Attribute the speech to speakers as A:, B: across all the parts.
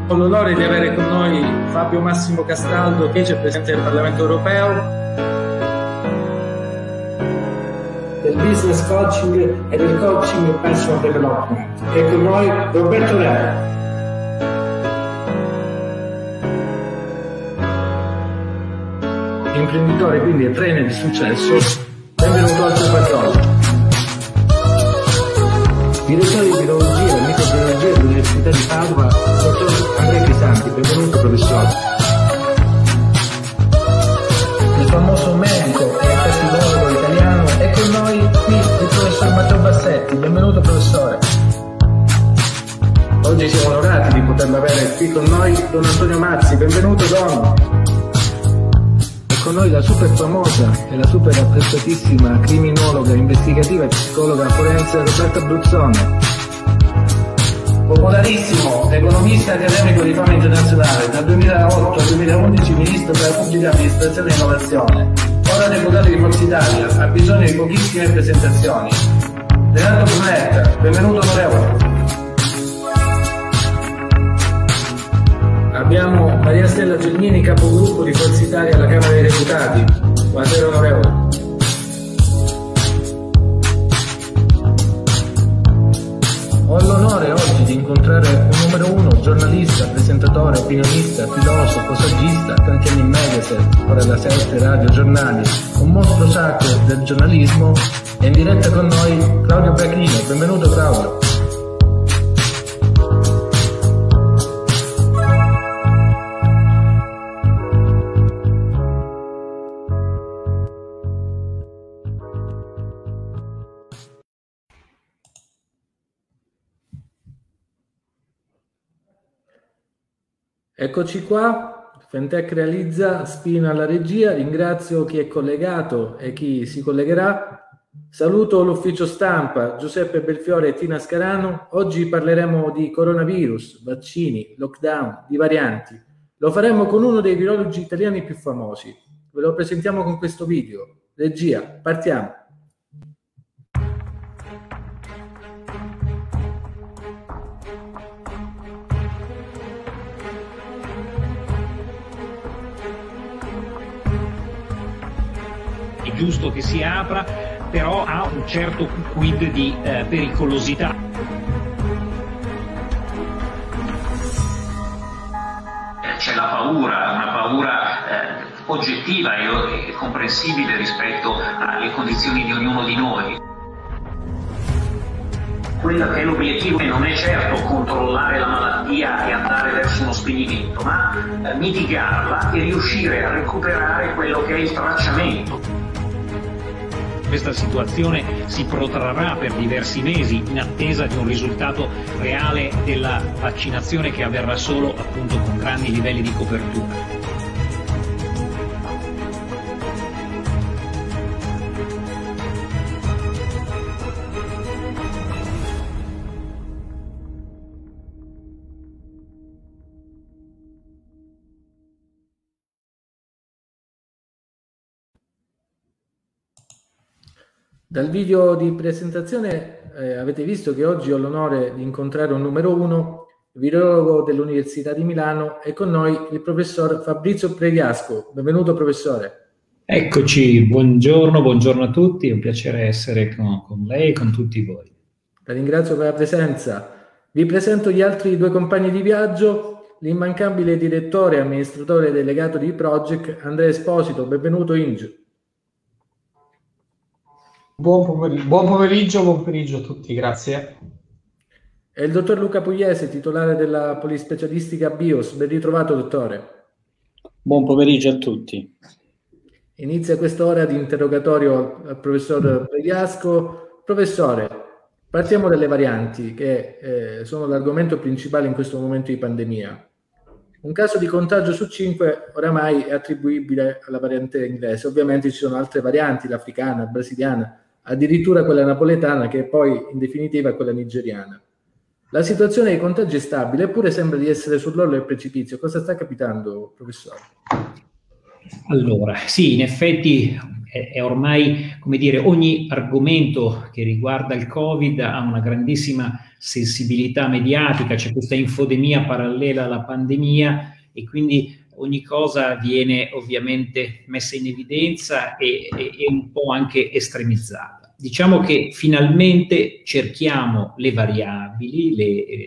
A: Ho l'onore di avere con noi Fabio Massimo Castaldo, vicepresidente del Parlamento Europeo, del business coaching e del coaching personal development. E con noi Roberto Re. Imprenditore, quindi e trainer di successo. Benvenuto al suo patrono. Direttore di virologia e microbiologia dell'Università di Padova, dottor Andrea Crisanti. Benvenuto professore. Il famoso medico e cardiologo italiano è con noi qui il professor Matteo Bassetti. Benvenuto professore. Oggi siamo onorati di poterlo avere qui con noi Don Antonio Mazzi. Benvenuto Don. Con noi la super famosa e la super apprezzatissima criminologa, investigativa e psicologa forense Roberta Bruzzone. Popolarissimo, economista accademico di fama internazionale, dal 2008 al 2011 ministro per la pubblica amministrazione e innovazione, ora deputato di Forza Italia, ha bisogno di pochissime presentazioni. Renato Brunetta, benvenuto onorevole. Abbiamo Maria Stella Gelmini, capogruppo di Forza Italia alla Camera dei Deputati. Buonasera onorevole. Ho l'onore oggi di incontrare un numero uno, giornalista, presentatore, opinionista, filosofo, saggista, tanti anni in Mediaset, ora da 7 radio, giornali, un mostro sacro del giornalismo, e in diretta con noi Claudio Bracchino. Benvenuto Claudio. Eccoci qua, Fentech realizza, Spina alla regia, ringrazio chi è collegato e chi si collegherà. Saluto l'ufficio stampa, Giuseppe Belfiore e Tina Scarano. Oggi parleremo di coronavirus, vaccini, lockdown, di varianti. Lo faremo con uno dei virologi italiani più famosi. Ve lo presentiamo con questo video. Regia, partiamo.
B: È giusto che si apra, però ha un certo quid di pericolosità. C'è la paura, una paura oggettiva e comprensibile rispetto alle condizioni di ognuno di noi. Quello che è l'obiettivo non è certo controllare la malattia e andare verso uno spegnimento, ma mitigarla e riuscire a recuperare quello che è il tracciamento. Questa situazione si protrarrà per diversi mesi in attesa di un risultato reale della vaccinazione, che avverrà solo appunto con grandi livelli di copertura.
A: Dal video di presentazione avete visto che oggi ho l'onore di incontrare un numero uno, virologo dell'Università di Milano, e con noi il professor Fabrizio Pregliasco. Benvenuto professore.
C: Eccoci, buongiorno a tutti, è un piacere essere con lei e con tutti voi.
A: La ringrazio per la presenza. Vi presento gli altri due compagni di viaggio, l'immancabile direttore e amministratore delegato di Project, Andrea Esposito. Benvenuto Inge.
D: Buon pomeriggio a tutti, grazie.
A: E il dottor Luca Pugliese, titolare della Polispecialistica BIOS. Ben ritrovato, dottore.
E: Buon pomeriggio a tutti.
A: Inizia quest'ora di interrogatorio al professor Pregliasco. Professore, partiamo dalle varianti, che sono l'argomento principale in questo momento di pandemia. Un caso di contagio su 5 oramai è attribuibile alla variante inglese. Ovviamente ci sono altre varianti, l'africana, la brasiliana, addirittura quella napoletana, che poi in definitiva è quella nigeriana. La situazione dei contagi è stabile, eppure sembra di essere sull'orlo del precipizio. Cosa sta capitando, professore?
C: Allora, sì, in effetti è ormai, come dire, ogni argomento che riguarda il Covid ha una grandissima sensibilità mediatica, c'è questa infodemia parallela alla pandemia e quindi ogni cosa viene ovviamente messa in evidenza e un po' anche estremizzata. Diciamo che finalmente cerchiamo le variabili,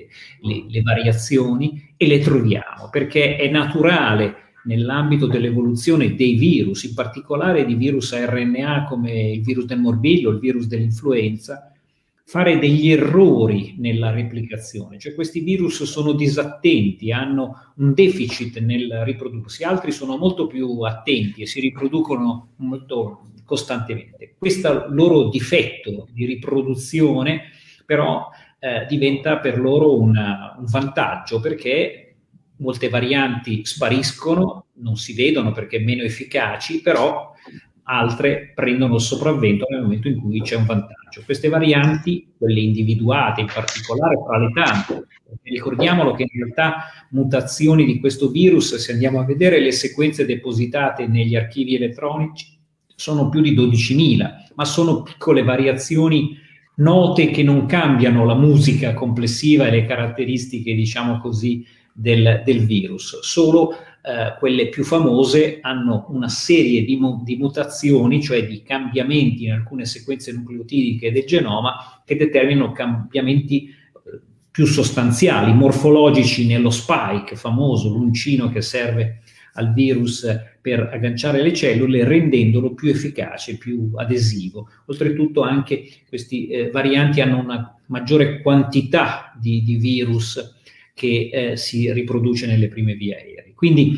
C: le variazioni e le troviamo, perché è naturale nell'ambito dell'evoluzione dei virus, in particolare di virus a RNA come il virus del morbillo, il virus dell'influenza, fare degli errori nella replicazione, cioè questi virus sono disattenti, hanno un deficit nel riprodursi, altri sono molto più attenti e si riproducono molto costantemente. Questo loro difetto di riproduzione però diventa per loro un vantaggio, perché molte varianti spariscono, non si vedono perché meno efficaci, però altre prendono il sopravvento nel momento in cui c'è un vantaggio. Queste varianti, quelle individuate in particolare fra le tante, ricordiamolo che in realtà mutazioni di questo virus, se andiamo a vedere le sequenze depositate negli archivi elettronici, sono più di 12.000, ma sono piccole variazioni note che non cambiano la musica complessiva e le caratteristiche, diciamo così, del virus. Solo quelle più famose hanno una serie di mutazioni, cioè di cambiamenti in alcune sequenze nucleotidiche del genoma che determinano cambiamenti più sostanziali, morfologici nello spike famoso, l'uncino che serve al virus per agganciare le cellule, rendendolo più efficace, più adesivo. Oltretutto anche questi varianti hanno una maggiore quantità di virus che si riproduce nelle prime vie aeree. Quindi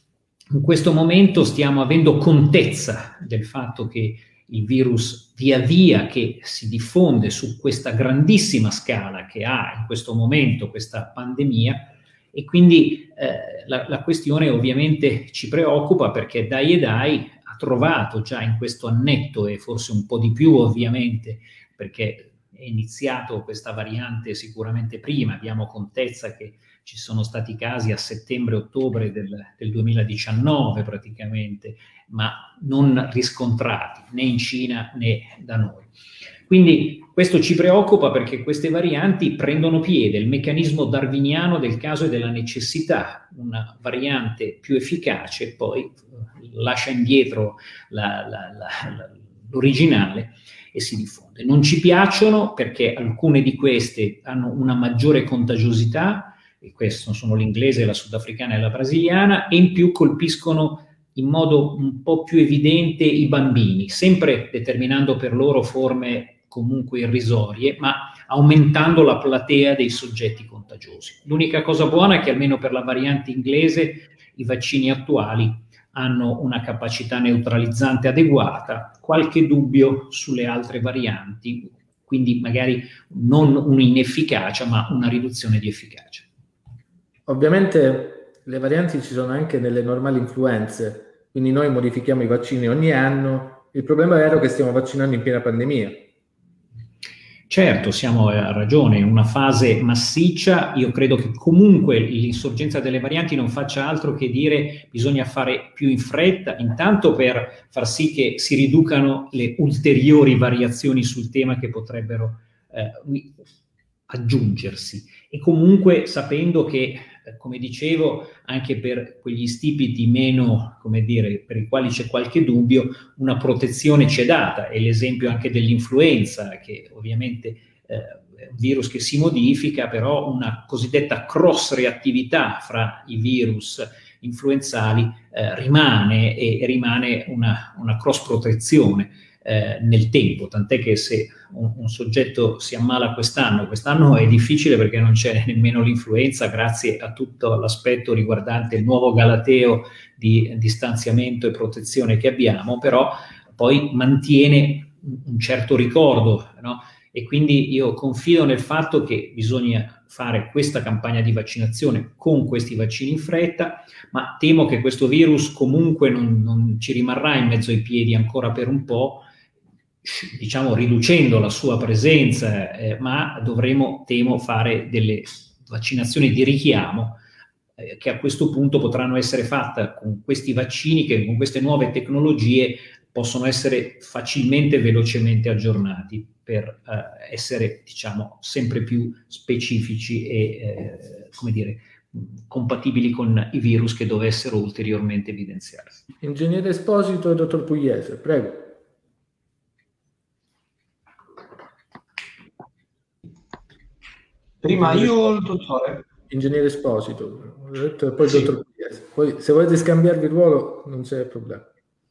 C: in questo momento stiamo avendo contezza del fatto che il virus via via che si diffonde su questa grandissima scala che ha in questo momento questa pandemia, e quindi la questione ovviamente ci preoccupa, perché dai ha trovato già in questo annetto, e forse un po' di più ovviamente, perché è iniziato questa variante sicuramente prima, abbiamo contezza che ci sono stati casi a settembre-ottobre del 2019 praticamente, ma non riscontrati né in Cina né da noi. Quindi questo ci preoccupa, perché queste varianti prendono piede, il meccanismo darwiniano del caso e della necessità. Una variante più efficace poi lascia indietro l'originale e si diffonde. Non ci piacciono perché alcune di queste hanno una maggiore contagiosità, e queste sono l'inglese, la sudafricana e la brasiliana, e in più colpiscono in modo un po' più evidente i bambini, sempre determinando per loro forme comunque irrisorie, ma aumentando la platea dei soggetti contagiosi. L'unica cosa buona è che almeno per la variante inglese i vaccini attuali hanno una capacità neutralizzante adeguata, qualche dubbio sulle altre varianti, quindi magari non un'inefficacia, ma una riduzione di efficacia.
A: Ovviamente le varianti ci sono anche nelle normali influenze, quindi noi modifichiamo i vaccini ogni anno. Il problema vero è che stiamo vaccinando in piena pandemia.
C: Certo, siamo a ragione, in una fase massiccia. Io credo che comunque l'insorgenza delle varianti non faccia altro che dire bisogna fare più in fretta, intanto per far sì che si riducano le ulteriori variazioni sul tema che potrebbero aggiungersi, e comunque sapendo che, come dicevo, anche per quegli stipiti meno, come dire, per i quali c'è qualche dubbio, una protezione c'è data. È l'esempio anche dell'influenza, che ovviamente è un virus che si modifica, però una cosiddetta cross-reattività fra i virus influenzali rimane, e rimane una cross-protezione nel tempo, tant'è che se un soggetto si ammala quest'anno è difficile, perché non c'è nemmeno l'influenza, grazie a tutto l'aspetto riguardante il nuovo galateo di distanziamento e protezione che abbiamo, però poi mantiene un certo ricordo, no? E quindi io confido nel fatto che bisogna fare questa campagna di vaccinazione con questi vaccini in fretta, ma temo che questo virus comunque non ci rimarrà in mezzo ai piedi ancora per un po', diciamo riducendo la sua presenza, ma dovremo, temo, fare delle vaccinazioni di richiamo che a questo punto potranno essere fatte con questi vaccini che con queste nuove tecnologie possono essere facilmente e velocemente aggiornati per essere, diciamo, sempre più specifici e, come dire, compatibili con i virus che dovessero ulteriormente evidenziarsi.
A: Ingegnere Esposito e dottor Pugliese, prego.
D: Prima io o il dottore?
A: Ingegnere Esposito, poi sì. Dottor Pugliese. Poi se volete scambiarvi il ruolo non c'è problema.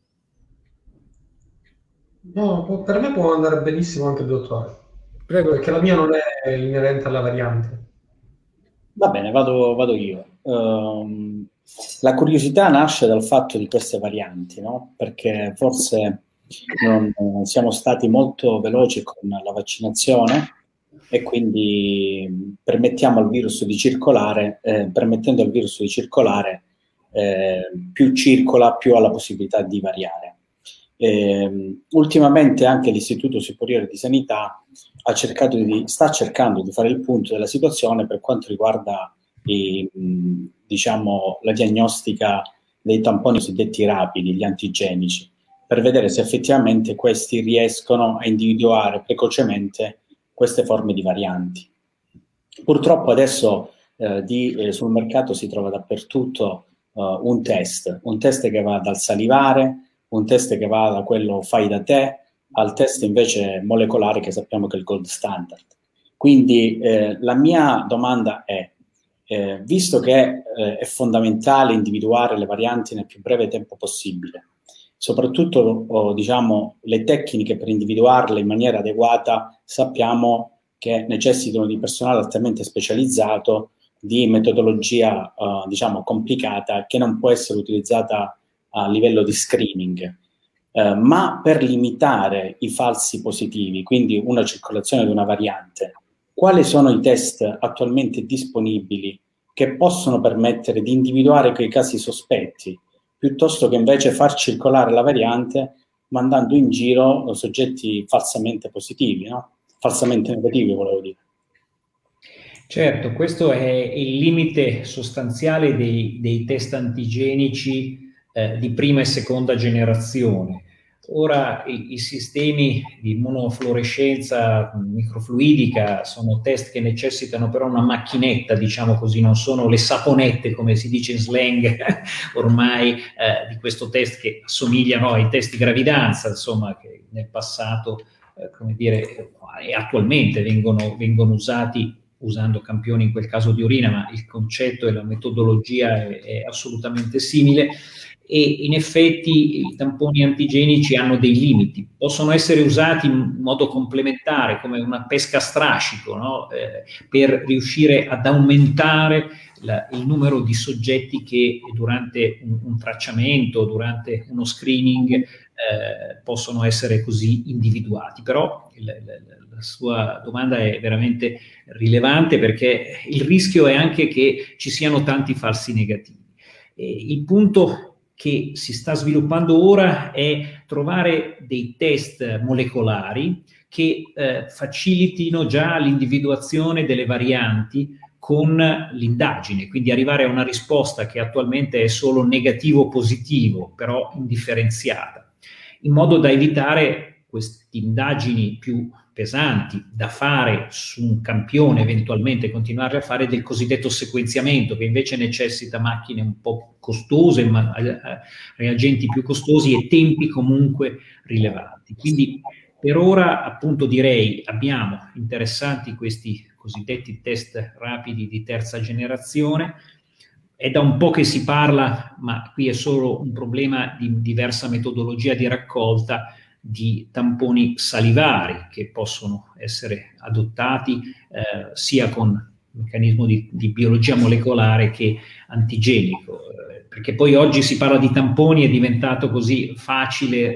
D: No, per me può andare benissimo anche il dottore. Prego. Perché la mia non è inerente alla variante.
E: Va bene, vado io. La curiosità nasce dal fatto di queste varianti, no? Perché forse non siamo stati molto veloci con la vaccinazione e quindi permettendo al virus di circolare, più circola, più ha la possibilità di variare. Ultimamente anche l'Istituto Superiore di Sanità sta cercando di fare il punto della situazione per quanto riguarda la diagnostica dei tamponi cosiddetti rapidi, gli antigenici, per vedere se effettivamente questi riescono a individuare precocemente queste forme di varianti. Purtroppo adesso sul mercato si trova dappertutto un test che va dal salivare, un test che va da quello fai da te al test invece molecolare che sappiamo che è il gold standard. Quindi la mia domanda è, visto che è fondamentale individuare le varianti nel più breve tempo possibile, soprattutto le tecniche per individuarle in maniera adeguata sappiamo che necessitano di personale altamente specializzato, di metodologia complicata che non può essere utilizzata a livello di screening, ma per limitare i falsi positivi, quindi una circolazione di una variante, quali sono i test attualmente disponibili che possono permettere di individuare quei casi sospetti, piuttosto che invece far circolare la variante mandando in giro soggetti falsamente positivi, no? Falsamente negativi, volevo dire.
C: Certo, questo è il limite sostanziale dei test antigenici di prima e seconda generazione. Ora i sistemi di immunofluorescenza microfluidica sono test che necessitano però una macchinetta, diciamo così, non sono le saponette come si dice in slang ormai di questo test che assomigliano ai test di gravidanza, insomma, che nel passato e attualmente vengono usati usando campioni in quel caso di urina, ma il concetto e la metodologia è assolutamente simile. E in effetti i tamponi antigenici hanno dei limiti, possono essere usati in modo complementare come una pesca a strascico, no? Per riuscire ad aumentare il numero di soggetti che durante un tracciamento, durante uno screening possono essere così individuati. Però la sua domanda è veramente rilevante perché il rischio è anche che ci siano tanti falsi negativi. Il punto che si sta sviluppando ora è trovare dei test molecolari che facilitino già l'individuazione delle varianti con l'indagine, quindi arrivare a una risposta che attualmente è solo negativo-positivo, però indifferenziata, in modo da evitare queste indagini più pesanti da fare su un campione, eventualmente continuare a fare del cosiddetto sequenziamento, che invece necessita macchine un po' costose, reagenti più costosi e tempi comunque rilevanti. Quindi per ora appunto direi abbiamo interessanti questi cosiddetti test rapidi di terza generazione. È da un po' che si parla, ma qui è solo un problema di diversa metodologia di raccolta di tamponi salivari che possono essere adottati sia con meccanismo di biologia molecolare che antigenico, perché poi oggi si parla di tamponi, è diventato così facile,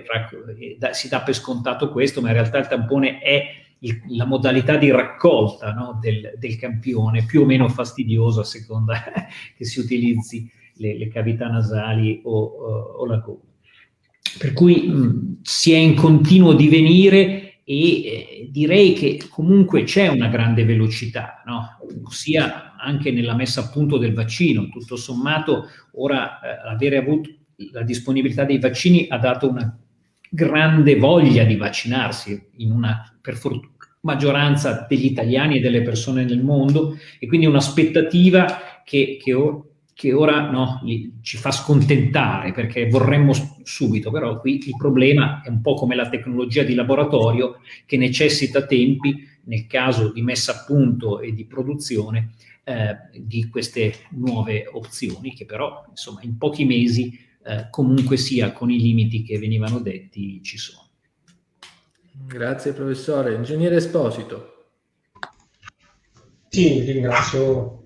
C: si dà per scontato questo, ma in realtà il tampone è la modalità di raccolta, no, del campione, più o meno fastidiosa a seconda che si utilizzi le cavità nasali o la gola. Per cui si è in continuo divenire e direi che comunque c'è una grande velocità, no? Sia anche nella messa a punto del vaccino. Tutto sommato ora avere avuto la disponibilità dei vaccini ha dato una grande voglia di vaccinarsi in una maggioranza degli italiani e delle persone nel mondo, e quindi un'aspettativa che ora ci fa scontentare, perché vorremmo subito, però qui il problema è un po' come la tecnologia di laboratorio, che necessita tempi nel caso di messa a punto e di produzione di queste nuove opzioni, che però insomma in pochi mesi comunque sia con i limiti che venivano detti ci sono.
A: Grazie professore. Ingegnere Esposito.
D: Sì, ringrazio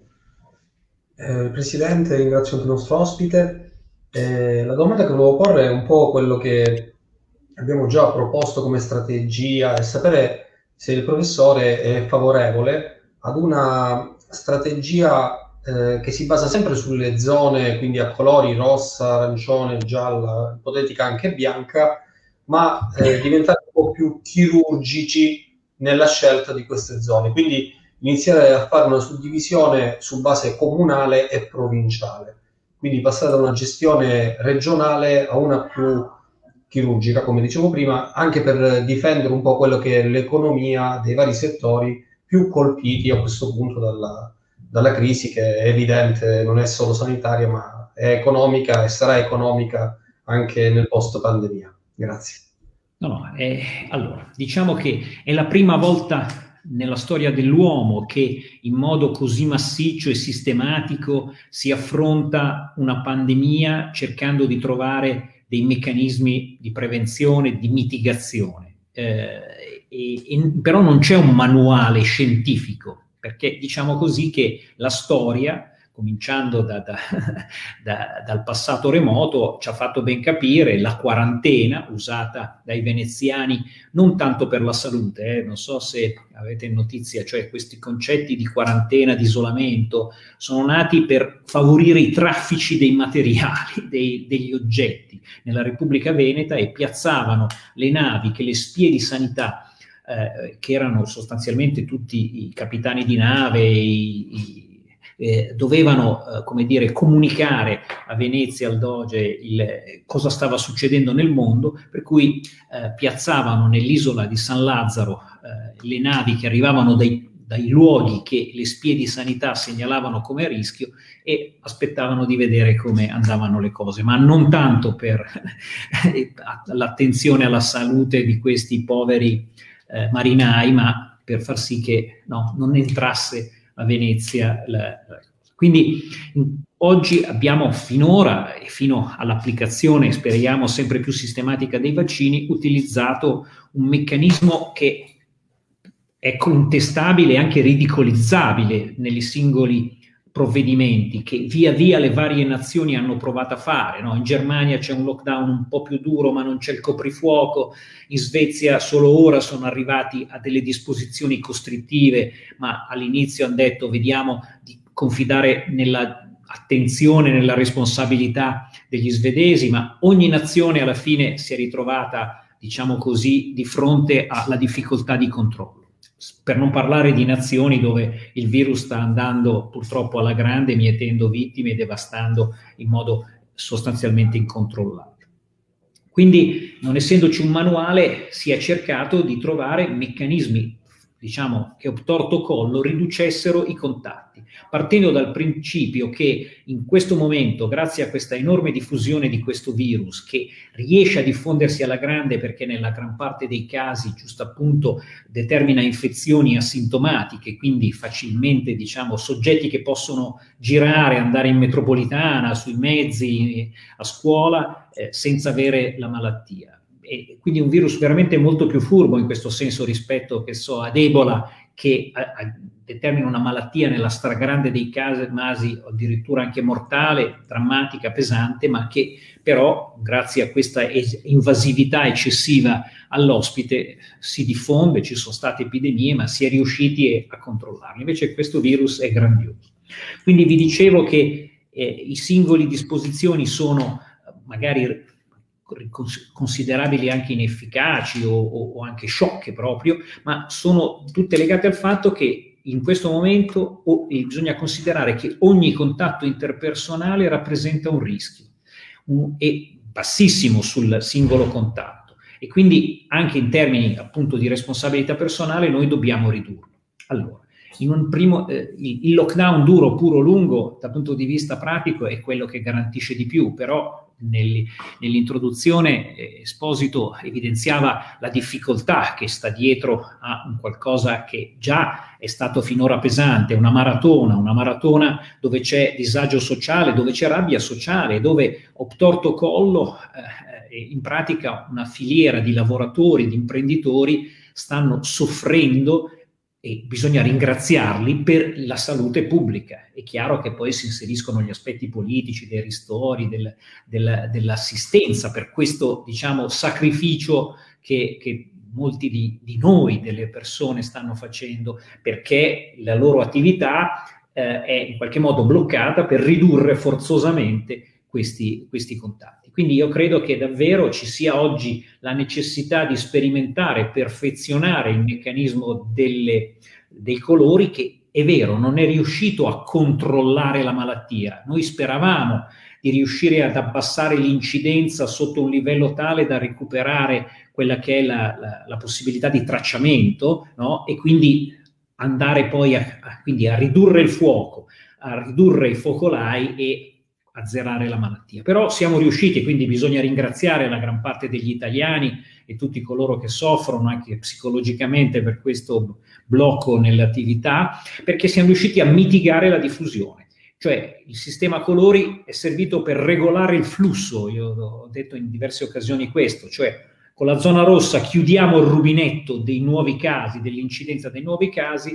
D: il Presidente, ringrazio anche il nostro ospite. La domanda che volevo porre è un po' quello che abbiamo già proposto come strategia, e sapere se il professore è favorevole ad una strategia che si basa sempre sulle zone, quindi a colori rossa, arancione, gialla, ipotetica anche bianca, ma diventare un po' più chirurgici nella scelta di queste zone. Quindi iniziare a fare una suddivisione su base comunale e provinciale, quindi passare da una gestione regionale a una più chirurgica, come dicevo prima, anche per difendere un po' quello che è l'economia dei vari settori più colpiti a questo punto dalla crisi, che è evidente, non è solo sanitaria, ma è economica e sarà economica anche nel post-pandemia. Grazie.
C: Allora, diciamo che è la prima volta nella storia dell'uomo che in modo così massiccio e sistematico si affronta una pandemia cercando di trovare dei meccanismi di prevenzione, di mitigazione. Però non c'è un manuale scientifico, perché diciamo così che la storia, cominciando dal passato remoto, ci ha fatto ben capire la quarantena usata dai veneziani non tanto per la salute, non so se avete notizia, cioè questi concetti di quarantena, di isolamento, sono nati per favorire i traffici dei materiali, degli oggetti nella Repubblica Veneta, e piazzavano le navi che le spie di sanità, che erano sostanzialmente tutti i capitani di nave, dovevano comunicare a Venezia, al Doge, cosa stava succedendo nel mondo, per cui piazzavano nell'isola di San Lazzaro le navi che arrivavano dai luoghi che le spie di sanità segnalavano come a rischio, e aspettavano di vedere come andavano le cose, ma non tanto per l'attenzione alla salute di questi poveri marinai, ma per far sì che non entrasse a Venezia. Quindi oggi abbiamo finora, e fino all'applicazione speriamo sempre più sistematica dei vaccini, utilizzato un meccanismo che è contestabile e anche ridicolizzabile negli singoli provvedimenti che via via le varie nazioni hanno provato a fare. In Germania c'è un lockdown un po' più duro, ma non c'è il coprifuoco. In Svezia solo ora sono arrivati a delle disposizioni costrittive, ma all'inizio hanno detto vediamo di confidare nella attenzione, nella responsabilità degli svedesi, ma ogni nazione alla fine si è ritrovata, diciamo così, di fronte alla difficoltà di controllo. Per non parlare di nazioni dove il virus sta andando purtroppo alla grande, mietendo vittime e devastando in modo sostanzialmente incontrollabile. Quindi, non essendoci un manuale, si è cercato di trovare meccanismi, diciamo, che obtorto collo riducessero i contatti, partendo dal principio che in questo momento, grazie a questa enorme diffusione di questo virus, che riesce a diffondersi alla grande perché nella gran parte dei casi, giusto appunto, determina infezioni asintomatiche, quindi facilmente, diciamo, soggetti che possono girare, andare in metropolitana, sui mezzi, a scuola, senza avere la malattia. E quindi un virus veramente molto più furbo in questo senso rispetto, ad Ebola, che determina una malattia nella stragrande dei casi, addirittura anche mortale, drammatica, pesante, ma che però, grazie a questa invasività eccessiva all'ospite, si diffonde, ci sono state epidemie, ma si è riusciti a controllarli. Invece questo virus è grandioso. Quindi vi dicevo che i singoli disposizioni sono magari considerabili anche inefficaci o anche sciocche proprio, ma sono tutte legate al fatto che in questo momento bisogna considerare che ogni contatto interpersonale rappresenta un rischio, e bassissimo sul singolo contatto, e quindi anche in termini appunto di responsabilità personale noi dobbiamo ridurlo. Allora, il lockdown duro, puro, lungo, dal punto di vista pratico è quello che garantisce di più, però nell'introduzione Esposito evidenziava la difficoltà che sta dietro a un qualcosa che già è stato finora pesante, una maratona dove c'è disagio sociale, dove c'è rabbia sociale, dove obtorto collo, in pratica una filiera di lavoratori, di imprenditori stanno soffrendo e bisogna ringraziarli per la salute pubblica. È chiaro che poi si inseriscono gli aspetti politici, dei ristori, dell'assistenza per questo, diciamo, sacrificio che molti di noi, delle persone, stanno facendo, perché la loro attività è in qualche modo bloccata per ridurre forzosamente questi contatti. Quindi io credo che davvero ci sia oggi la necessità di sperimentare, perfezionare il meccanismo dei colori, che è vero, non è riuscito a controllare la malattia. Noi speravamo di riuscire ad abbassare l'incidenza sotto un livello tale da recuperare quella che è la possibilità di tracciamento, no? E quindi andare poi quindi a ridurre il fuoco, a ridurre i focolai e azzerare la malattia. Però siamo riusciti, quindi bisogna ringraziare la gran parte degli italiani e tutti coloro che soffrono anche psicologicamente per questo blocco nell'attività, perché siamo riusciti a mitigare la diffusione. Cioè il sistema colori è servito per regolare il flusso, io ho detto in diverse occasioni questo, cioè con la zona rossa chiudiamo il rubinetto dei nuovi casi, dell'incidenza dei nuovi casi,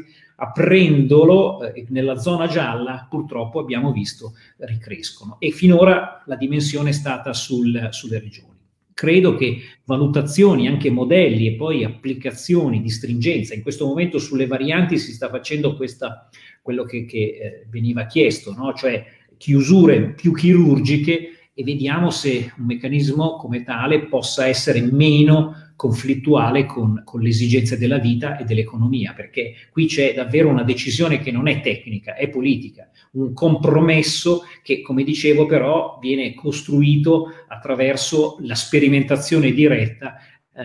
C: aprendolo nella zona gialla purtroppo abbiamo visto ricrescono, e finora la dimensione è stata sulle regioni. Credo che valutazioni, anche modelli e poi applicazioni di stringenza, in questo momento sulle varianti si sta facendo quello che veniva chiesto, no? Cioè chiusure più chirurgiche, e vediamo se un meccanismo come tale possa essere meno conflittuale con le esigenze della vita e dell'economia, perché qui c'è davvero una decisione che non è tecnica, è politica, un compromesso che, come dicevo, però viene costruito attraverso la sperimentazione diretta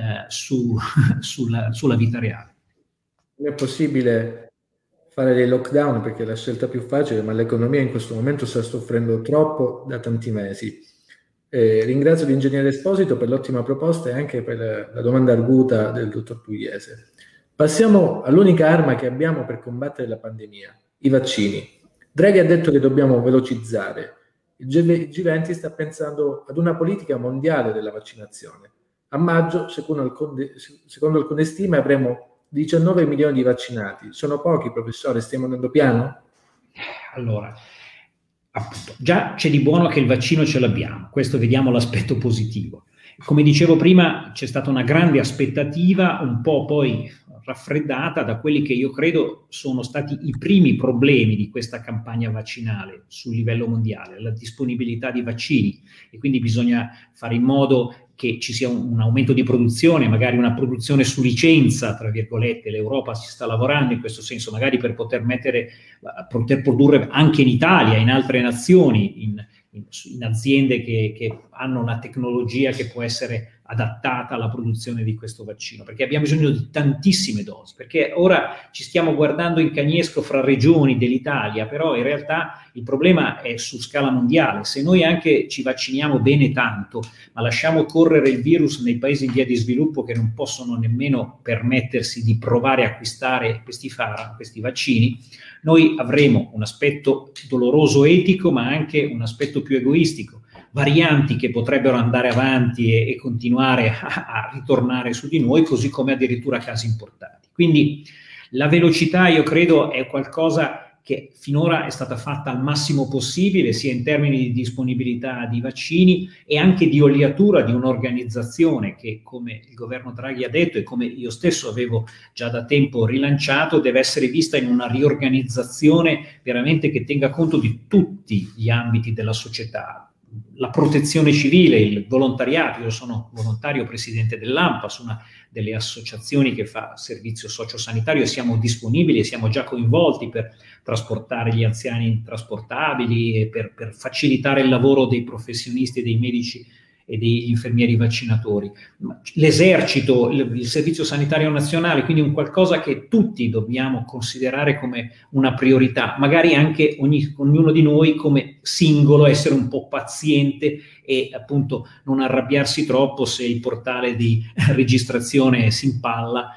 C: sulla vita reale.
A: Non è possibile fare dei lockdown perché è la scelta più facile, ma l'economia in questo momento sta soffrendo troppo da tanti mesi. Ringrazio l'ingegnere Esposito per l'ottima proposta e anche per la domanda arguta del dottor Pugliese. Passiamo all'unica arma che abbiamo per combattere la pandemia, i vaccini. Draghi ha detto che dobbiamo velocizzare. Il G20 sta pensando ad una politica mondiale della vaccinazione. A maggio, secondo alcune stime, avremo 19 milioni di vaccinati. Sono pochi, professore? Stiamo andando piano?
C: Allora, appunto, già c'è di buono che il vaccino ce l'abbiamo, questo vediamo l'aspetto positivo. Come dicevo prima, c'è stata una grande aspettativa, un po' poi raffreddata da quelli che io credo sono stati i primi problemi di questa campagna vaccinale sul livello mondiale, la disponibilità di vaccini, e quindi bisogna fare in modo che ci sia un aumento di produzione, magari una produzione su licenza, tra virgolette. L'Europa si sta lavorando in questo senso, magari per poter produrre anche in Italia, in altre nazioni, in aziende che hanno una tecnologia che può essere adattata alla produzione di questo vaccino, perché abbiamo bisogno di tantissime dosi, perché ora ci stiamo guardando in cagnesco fra regioni dell'Italia, però in realtà il problema è su scala mondiale. Se noi anche ci vacciniamo bene tanto, ma lasciamo correre il virus nei paesi in via di sviluppo che non possono nemmeno permettersi di provare a acquistare questi vaccini, noi avremo un aspetto doloroso etico, ma anche un aspetto più egoistico. Varianti che potrebbero andare avanti e continuare a ritornare su di noi, così come addirittura casi importati. Quindi la velocità, io credo, è qualcosa che finora è stata fatta al massimo possibile, sia in termini di disponibilità di vaccini e anche di oliatura di un'organizzazione che, come il governo Draghi ha detto e come io stesso avevo già da tempo rilanciato, deve essere vista in una riorganizzazione veramente che tenga conto di tutti gli ambiti della società. La protezione civile, il volontariato. Io sono volontario presidente dell'ANPAS, una delle associazioni che fa servizio sociosanitario, e siamo disponibili e siamo già coinvolti per trasportare gli anziani intrasportabili e per facilitare il lavoro dei professionisti e dei medici e degli infermieri vaccinatori. L'esercito, il Servizio Sanitario Nazionale, quindi un qualcosa che tutti dobbiamo considerare come una priorità, magari anche ognuno di noi come singolo essere un po' paziente e appunto non arrabbiarsi troppo se il portale di registrazione si impalla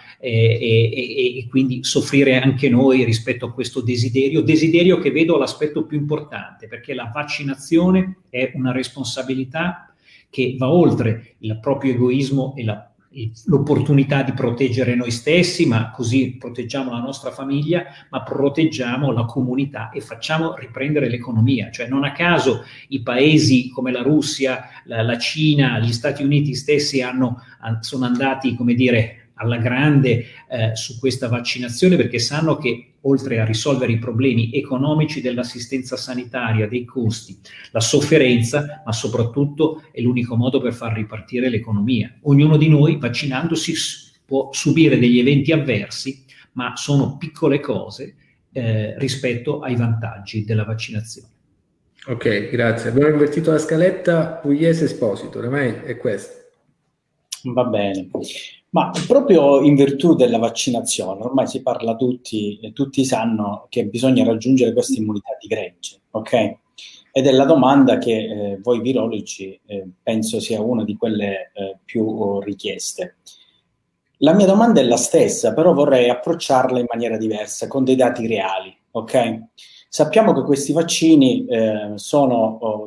C: e quindi soffrire anche noi rispetto a questo desiderio che vedo l'aspetto più importante, perché la vaccinazione è una responsabilità che va oltre il proprio egoismo e l'opportunità di proteggere noi stessi, ma così proteggiamo la nostra famiglia, ma proteggiamo la comunità e facciamo riprendere l'economia. Cioè non a caso i paesi come la Russia, la Cina, gli Stati Uniti stessi sono andati, come dire, alla grande su questa vaccinazione, perché sanno che oltre a risolvere i problemi economici dell'assistenza sanitaria, dei costi, la sofferenza, ma soprattutto è l'unico modo per far ripartire l'economia. Ognuno di noi vaccinandosi può subire degli eventi avversi, ma sono piccole cose rispetto ai vantaggi della vaccinazione.
A: Ok, grazie. Abbiamo invertito la scaletta Pugliese Esposito, ormai è questo.
E: Va bene. Ma proprio in virtù della vaccinazione, ormai si parla tutti sanno che bisogna raggiungere questa immunità di gregge, ok? Ed è la domanda che voi virologi penso sia una di quelle più richieste. La mia domanda è la stessa, però vorrei approcciarla in maniera diversa, con dei dati reali, ok? Sappiamo che questi vaccini sono,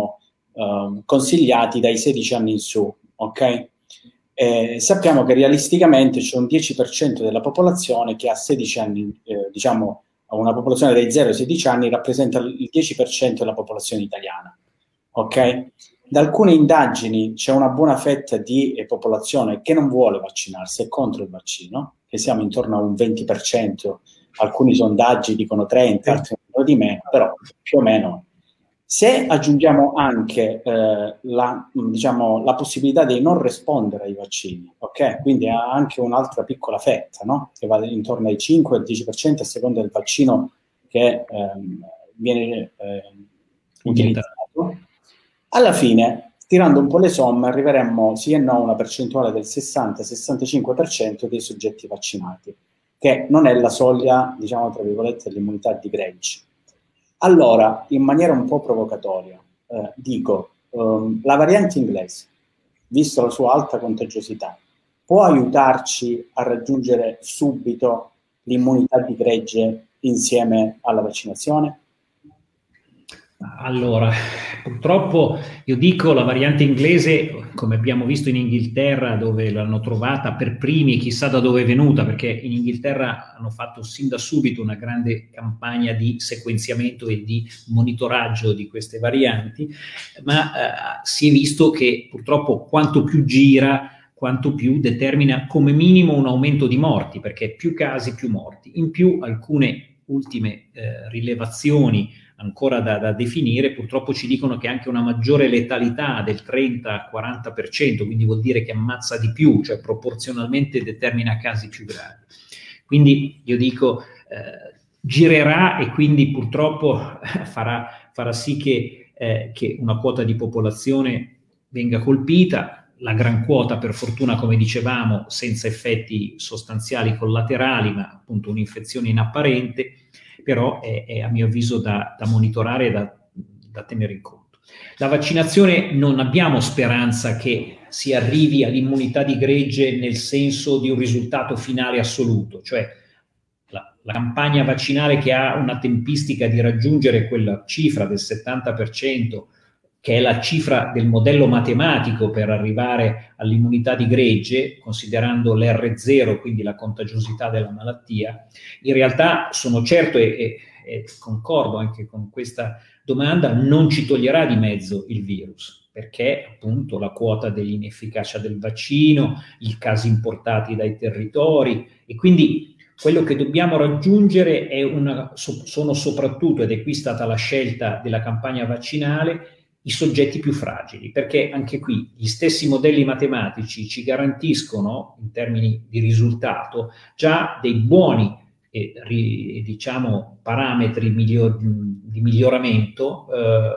E: consigliati dai 16 anni in su, ok? Sappiamo che realisticamente c'è un 10% della popolazione che ha 16 anni, una popolazione dai 0 ai 16 anni rappresenta il 10% della popolazione italiana, ok? Da alcune indagini c'è una buona fetta di popolazione che non vuole vaccinarsi, è contro il vaccino, che siamo intorno a un 20%, alcuni sondaggi dicono 30, altri di meno, però più o meno. Se aggiungiamo anche la possibilità di non rispondere ai vaccini, ok? Quindi ha anche un'altra piccola fetta, no? Che va intorno ai 5 al 10% a seconda del vaccino che viene utilizzato. Alla fine, tirando un po' le somme, arriveremmo sì e no a una percentuale del 60-65% dei soggetti vaccinati, che non è la soglia, tra virgolette, dell'immunità di gregge. Allora, in maniera un po' provocatoria, dico, la variante inglese, visto la sua alta contagiosità, può aiutarci a raggiungere subito l'immunità di gregge insieme alla vaccinazione?
C: Allora, purtroppo io dico la variante inglese, come abbiamo visto in Inghilterra, dove l'hanno trovata per primi, chissà da dove è venuta, perché in Inghilterra hanno fatto sin da subito una grande campagna di sequenziamento e di monitoraggio di queste varianti, ma si è visto che purtroppo quanto più gira, quanto più determina come minimo un aumento di morti, perché più casi, più morti. In più alcune ultime rilevazioni ancora da definire, purtroppo ci dicono che anche una maggiore letalità del 30-40%, quindi vuol dire che ammazza di più, cioè proporzionalmente determina casi più gravi. Quindi io dico, girerà e quindi purtroppo farà sì che una quota di popolazione venga colpita, la gran quota per fortuna, come dicevamo, senza effetti sostanziali collaterali, ma appunto un'infezione inapparente, però è a mio avviso da monitorare e da tenere in conto. La vaccinazione non abbiamo speranza che si arrivi all'immunità di gregge nel senso di un risultato finale assoluto, cioè la campagna vaccinale che ha una tempistica di raggiungere quella cifra del 70%, che è la cifra del modello matematico per arrivare all'immunità di gregge, considerando l'R0, quindi la contagiosità della malattia, in realtà sono certo e concordo anche con questa domanda, non ci toglierà di mezzo il virus, perché appunto la quota dell'inefficacia del vaccino, i casi importati dai territori, e quindi quello che dobbiamo raggiungere sono soprattutto, ed è qui stata la scelta della campagna vaccinale, i soggetti più fragili, perché anche qui gli stessi modelli matematici ci garantiscono, in termini di risultato, già dei buoni parametri di miglioramento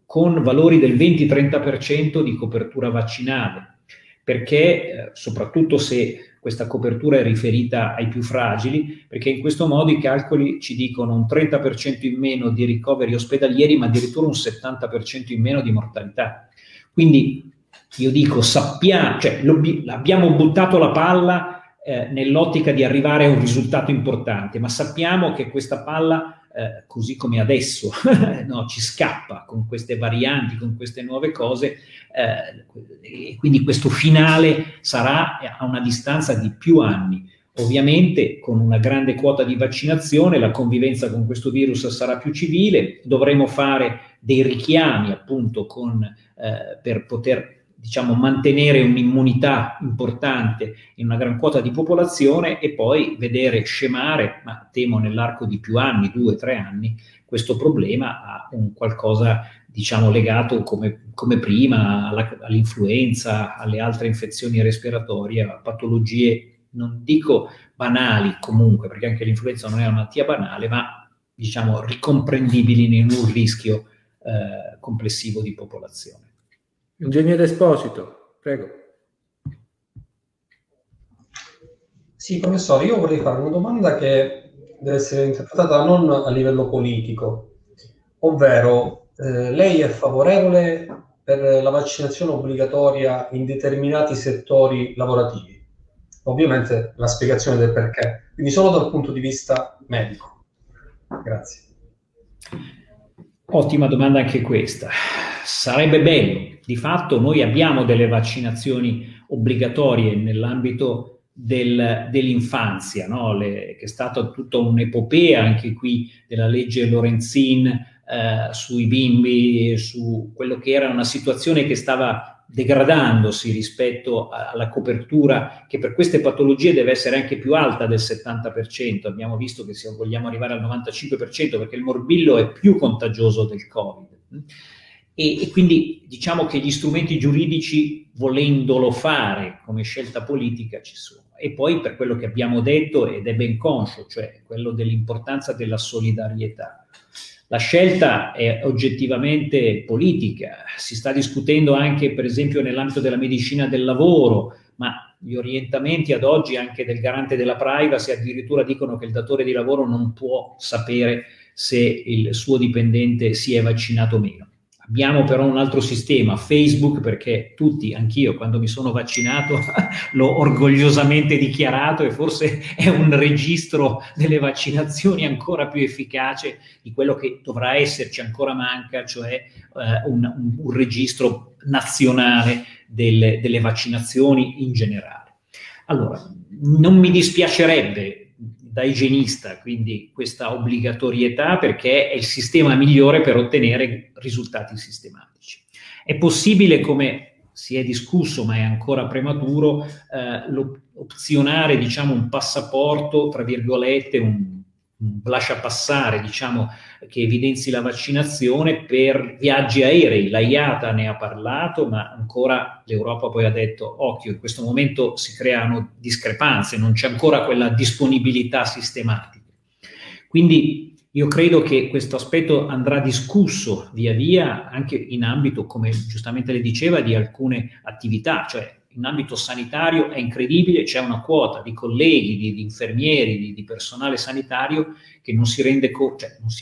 C: con valori del 20-30% di copertura vaccinale, perché soprattutto se questa copertura è riferita ai più fragili, perché in questo modo i calcoli ci dicono un 30% in meno di ricoveri ospedalieri, ma addirittura un 70% in meno di mortalità. Quindi io dico, sappiamo, cioè, abbiamo buttato la palla nell'ottica di arrivare a un risultato importante, ma sappiamo che questa palla, così come adesso, no, ci scappa con queste varianti, con queste nuove cose, e quindi questo finale sarà a una distanza di più anni. Ovviamente con una grande quota di vaccinazione la convivenza con questo virus sarà più civile, dovremo fare dei richiami appunto per poter, diciamo, mantenere un'immunità importante in una gran quota di popolazione e poi vedere scemare, ma temo nell'arco di più anni, 2-3 anni, questo problema a un qualcosa, diciamo, legato come prima all'influenza, alle altre infezioni respiratorie, a patologie, non dico banali comunque, perché anche l'influenza non è una malattia banale, ma diciamo ricomprendibili in un rischio complessivo di popolazione.
A: Ingegnere Esposito, prego.
D: Sì, professore, io vorrei fare una domanda che deve essere interpretata non a livello politico, ovvero lei è favorevole per la vaccinazione obbligatoria in determinati settori lavorativi? Ovviamente la spiegazione del perché, quindi solo dal punto di vista medico. Grazie.
C: Ottima domanda anche questa. Sarebbe bello. Di fatto noi abbiamo delle vaccinazioni obbligatorie nell'ambito dell'infanzia, no? Che è stata tutta un'epopea anche qui della legge Lorenzin sui bimbi, su quello che era una situazione che stava degradandosi rispetto alla copertura che per queste patologie deve essere anche più alta del 70%. Abbiamo visto che se vogliamo arrivare al 95% perché il morbillo è più contagioso del Covid. E quindi diciamo che gli strumenti giuridici, volendolo fare come scelta politica, ci sono. E poi per quello che abbiamo detto, ed è ben conscio, cioè quello dell'importanza della solidarietà. La scelta è oggettivamente politica, si sta discutendo anche per esempio nell'ambito della medicina del lavoro, ma gli orientamenti ad oggi anche del garante della privacy addirittura dicono che il datore di lavoro non può sapere se il suo dipendente si è vaccinato o meno. Abbiamo però un altro sistema, Facebook, perché tutti, anch'io quando mi sono vaccinato l'ho orgogliosamente dichiarato e forse è un registro delle vaccinazioni ancora più efficace di quello che dovrà esserci, ancora manca, cioè un registro nazionale delle vaccinazioni in generale. Allora, non mi dispiacerebbe da igienista, quindi questa obbligatorietà, perché è il sistema migliore per ottenere risultati sistematici. È possibile, come si è discusso, ma è ancora prematuro, opzionare, diciamo, un passaporto, tra virgolette, un lasciapassare, diciamo, che evidenzi la vaccinazione per viaggi aerei. La IATA ne ha parlato, ma ancora l'Europa poi ha detto occhio, in questo momento si creano discrepanze, non c'è ancora quella disponibilità sistematica. Quindi io credo che questo aspetto andrà discusso via via anche in ambito, come giustamente le diceva, di alcune attività, cioè in ambito sanitario è incredibile, c'è una quota di colleghi, di infermieri, di personale sanitario che non si rende conto,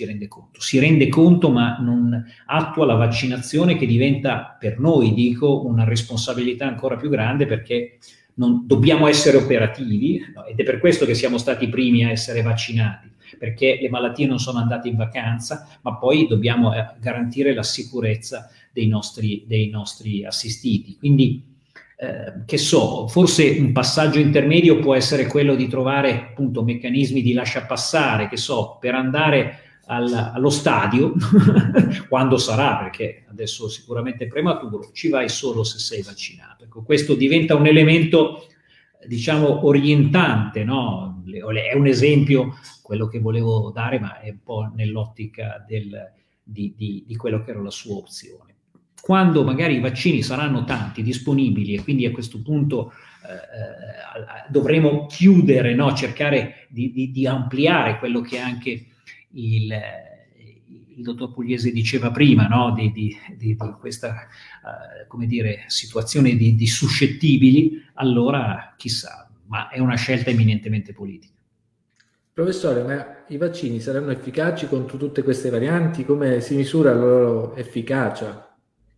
C: si rende conto ma non attua la vaccinazione, che diventa per noi, dico, una responsabilità ancora più grande, perché dobbiamo essere operativi, no? Ed è per questo che siamo stati i primi a essere vaccinati, perché le malattie non sono andate in vacanza, ma poi dobbiamo garantire la sicurezza dei nostri assistiti. Quindi che so, forse un passaggio intermedio può essere quello di trovare appunto meccanismi di lasciapassare, che so, per andare allo stadio, quando sarà, perché adesso sicuramente è prematuro, ci vai solo se sei vaccinato. Ecco, questo diventa un elemento, diciamo, orientante, no? È un esempio, quello che volevo dare, ma è un po' nell'ottica di quello che era la sua opzione. Quando magari i vaccini saranno tanti, disponibili, e quindi a questo punto dovremo chiudere, no? Cercare di ampliare quello che è anche il dottor Pugliese diceva prima, no? di questa situazione di suscettibili, allora chissà, ma è una scelta eminentemente politica.
A: Professore, ma i vaccini saranno efficaci contro tutte queste varianti? Come si misura la loro efficacia?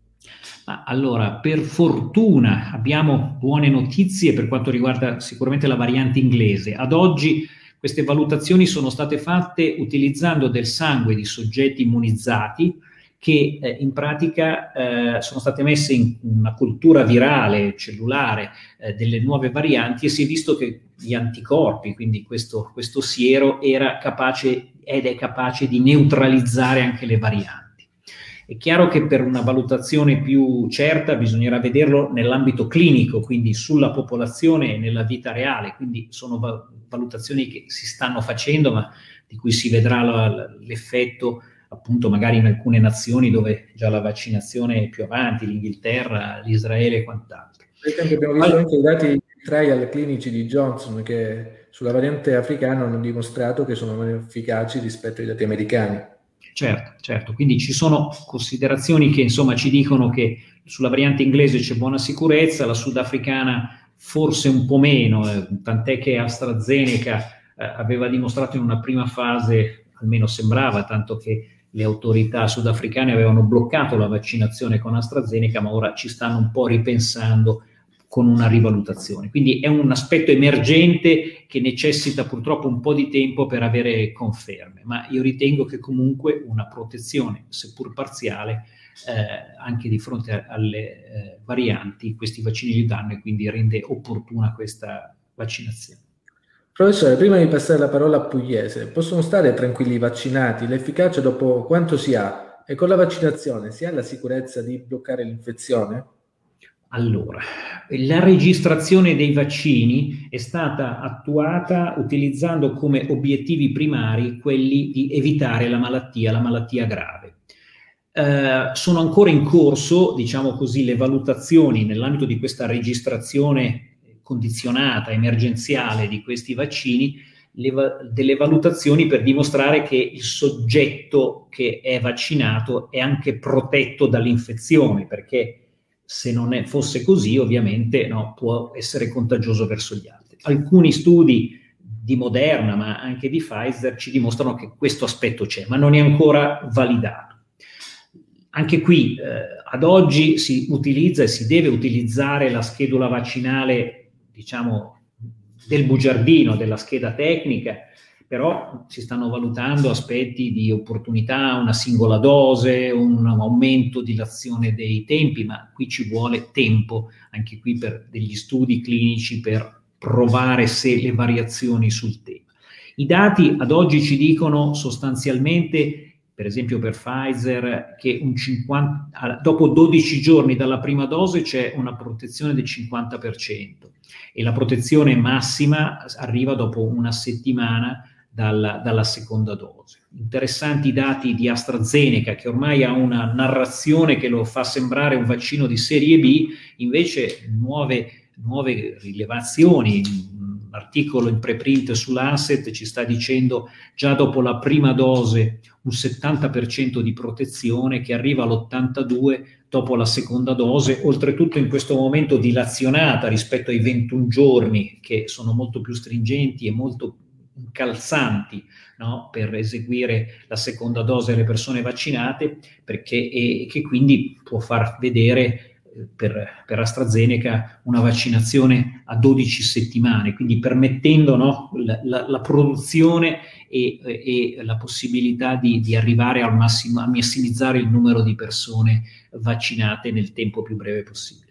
C: Allora, per fortuna abbiamo buone notizie per quanto riguarda sicuramente la variante inglese. Ad oggi queste valutazioni sono state fatte utilizzando del sangue di soggetti immunizzati che in pratica sono state messe in una cultura virale, cellulare, delle nuove varianti, e si è visto che gli anticorpi, quindi questo siero, era capace ed è capace di neutralizzare anche le varianti. È chiaro che per una valutazione più certa bisognerà vederlo nell'ambito clinico, quindi sulla popolazione e nella vita reale, quindi sono valutazioni che si stanno facendo, ma di cui si vedrà l'effetto appunto magari in alcune nazioni dove già la vaccinazione è più avanti, l'Inghilterra, l'Israele e quant'altro.
A: Per esempio abbiamo visto anche i dati trial clinici di Johnson che sulla variante africana hanno dimostrato che sono meno efficaci rispetto ai dati americani.
C: Certo, quindi ci sono considerazioni che insomma ci dicono che sulla variante inglese c'è buona sicurezza, la sudafricana forse un po' meno, tant'è che AstraZeneca aveva dimostrato in una prima fase, almeno sembrava, tanto che le autorità sudafricane avevano bloccato la vaccinazione con AstraZeneca, ma ora ci stanno un po' ripensando con una rivalutazione. Quindi è un aspetto emergente che necessita purtroppo un po' di tempo per avere conferme, ma io ritengo che comunque una protezione, seppur parziale, anche di fronte alle varianti, questi vaccini li danno, e quindi rende opportuna questa vaccinazione.
A: Professore, prima di passare la parola a Pugliese, possono stare tranquilli i vaccinati? L'efficacia dopo quanto si ha? E con la vaccinazione si ha la sicurezza di bloccare l'infezione?
C: Allora, la registrazione dei vaccini è stata attuata utilizzando come obiettivi primari quelli di evitare la malattia grave. Sono ancora in corso, diciamo così, le valutazioni nell'ambito di questa registrazione condizionata, emergenziale di questi vaccini, delle valutazioni per dimostrare che il soggetto che è vaccinato è anche protetto dall'infezione, perché se non fosse così, ovviamente no, può essere contagioso verso gli altri. Alcuni studi di Moderna, ma anche di Pfizer, ci dimostrano che questo aspetto c'è, ma non è ancora validato. Anche qui, ad oggi si utilizza e si deve utilizzare la schedula vaccinale, diciamo, del bugiardino, della scheda tecnica, però si stanno valutando aspetti di opportunità, una singola dose, un aumento, dilazione dei tempi, ma qui ci vuole tempo, anche qui per degli studi clinici per provare se le variazioni sul tema. I dati ad oggi ci dicono sostanzialmente, per esempio per Pfizer, che dopo 12 giorni dalla prima dose c'è una protezione del 50% e la protezione massima arriva dopo una settimana dalla seconda dose. Interessanti dati di AstraZeneca, che ormai ha una narrazione che lo fa sembrare un vaccino di serie B, invece nuove rilevazioni. Un articolo in preprint su Lancet ci sta dicendo già dopo la prima dose un 70% di protezione, che arriva all'82% dopo la seconda dose, oltretutto in questo momento dilazionata rispetto ai 21 giorni, che sono molto più stringenti e molto calzanti, no, per eseguire la seconda dose alle persone vaccinate, perché che quindi può far vedere per AstraZeneca una vaccinazione a 12 settimane, quindi permettendo, no, la produzione e la possibilità di arrivare al massimo, a massimizzare il numero di persone vaccinate nel tempo più breve possibile.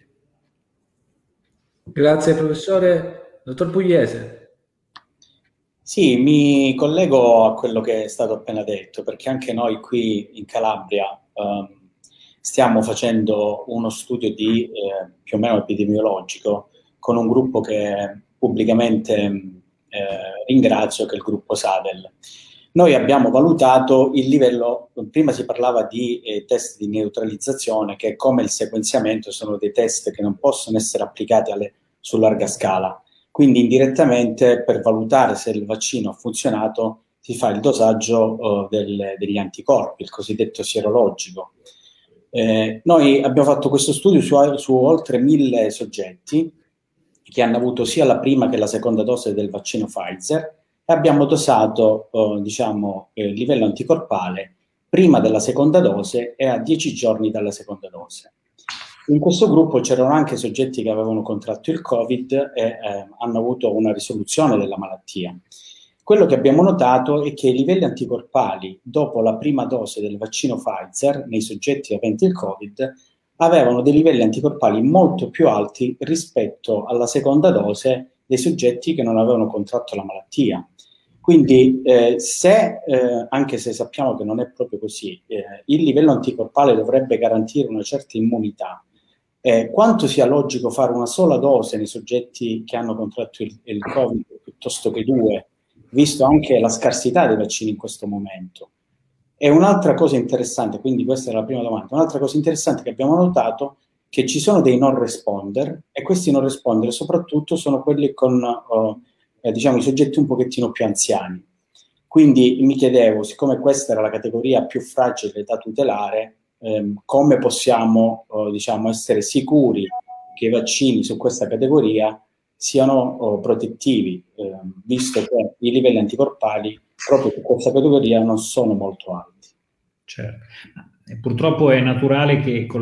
A: Grazie professore. Dottor Pugliese.
E: Sì, mi collego a quello che è stato appena detto, perché anche noi qui in Calabria stiamo facendo uno studio più o meno epidemiologico con un gruppo che pubblicamente ringrazio, che è il gruppo SADEL. Noi abbiamo valutato il livello, prima si parlava di test di neutralizzazione, che come il sequenziamento sono dei test che non possono essere applicati su larga scala. Quindi indirettamente, per valutare se il vaccino ha funzionato, si fa il dosaggio degli anticorpi, il cosiddetto sierologico. Noi abbiamo fatto questo studio su oltre 1000 soggetti che hanno avuto sia la prima che la seconda dose del vaccino Pfizer, e abbiamo dosato il livello anticorpale prima della seconda dose e a 10 giorni dalla seconda dose. In questo gruppo c'erano anche soggetti che avevano contratto il Covid e hanno avuto una risoluzione della malattia. Quello che abbiamo notato è che i livelli anticorpali dopo la prima dose del vaccino Pfizer nei soggetti aventi il Covid avevano dei livelli anticorpali molto più alti rispetto alla seconda dose dei soggetti che non avevano contratto la malattia. Quindi anche se sappiamo che non è proprio così, il livello anticorpale dovrebbe garantire una certa immunità, quanto sia logico fare una sola dose nei soggetti che hanno contratto il Covid piuttosto che 2, visto anche la scarsità dei vaccini in questo momento. E un'altra cosa interessante, quindi questa è la prima domanda, un'altra cosa interessante che abbiamo notato è che ci sono dei non responder, e questi non responder soprattutto sono quelli con i soggetti un pochettino più anziani. Quindi mi chiedevo, siccome questa era la categoria più fragile da tutelare, come possiamo essere sicuri che i vaccini su questa categoria siano protettivi, visto che i livelli anticorpali proprio su questa categoria non sono molto alti.
C: Certo. Purtroppo è naturale che con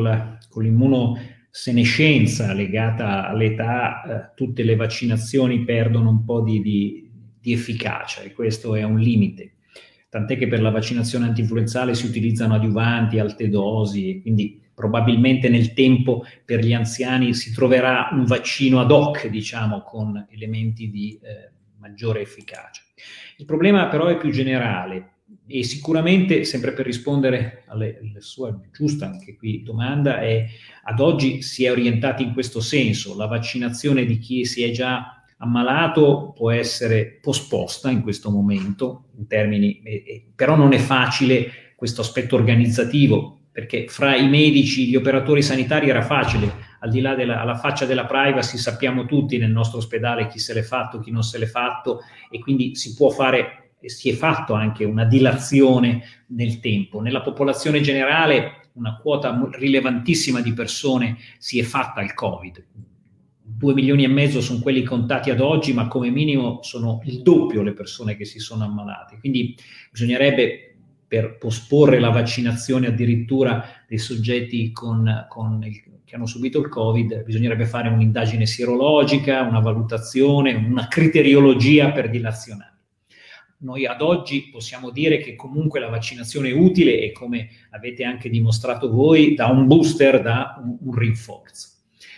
C: l'immunosenescenza legata all'età tutte le vaccinazioni perdono un po' di efficacia, e questo è un limite. Tant'è che per la vaccinazione antinfluenzale si utilizzano adiuvanti, alte dosi, e quindi probabilmente nel tempo per gli anziani si troverà un vaccino ad hoc, con elementi di maggiore efficacia. Il problema però è più generale, e sicuramente, sempre per rispondere alla sua giusta anche qui domanda, ad oggi si è orientati in questo senso. La vaccinazione di chi si è già ammalato può essere posposta in questo momento, in termini, però non è facile questo aspetto organizzativo, perché fra i medici, gli operatori sanitari era facile, al di là alla faccia della privacy sappiamo tutti nel nostro ospedale chi se l'è fatto, chi non se l'è fatto, e quindi si può fare, e si è fatto anche una dilazione nel tempo. Nella popolazione generale una quota rilevantissima di persone si è fatta il Covid. 2,5 milioni sono quelli contati ad oggi, ma come minimo sono il doppio le persone che si sono ammalate. Quindi bisognerebbe, per posporre la vaccinazione addirittura dei soggetti che hanno subito il Covid, bisognerebbe fare un'indagine sierologica, una valutazione, una criteriologia per dilazionare. Noi ad oggi possiamo dire che comunque la vaccinazione è utile e, come avete anche dimostrato voi, da un booster, da un rinforzo.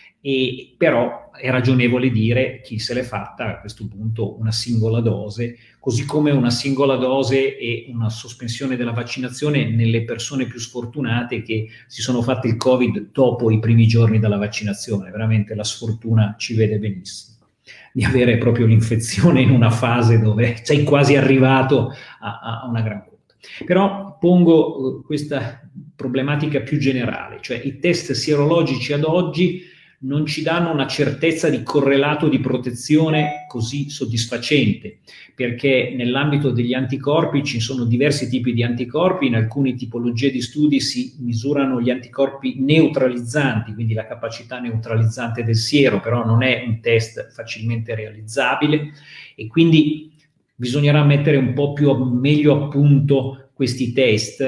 C: E però è ragionevole dire chi se l'è fatta a questo punto una singola dose, così come una singola dose e una sospensione della vaccinazione nelle persone più sfortunate che si sono fatte il Covid dopo i primi giorni della vaccinazione. Veramente la sfortuna ci vede benissimo di avere proprio l'infezione in una fase dove sei quasi arrivato a una gran quota. Però pongo questa problematica più generale, cioè i test sierologici ad oggi non ci danno una certezza di correlato di protezione così soddisfacente, perché nell'ambito degli anticorpi ci sono diversi tipi di anticorpi. In alcune tipologie di studi si misurano gli anticorpi neutralizzanti, quindi la capacità neutralizzante del siero, però non è un test facilmente realizzabile, e quindi bisognerà mettere un po' meglio a punto questi test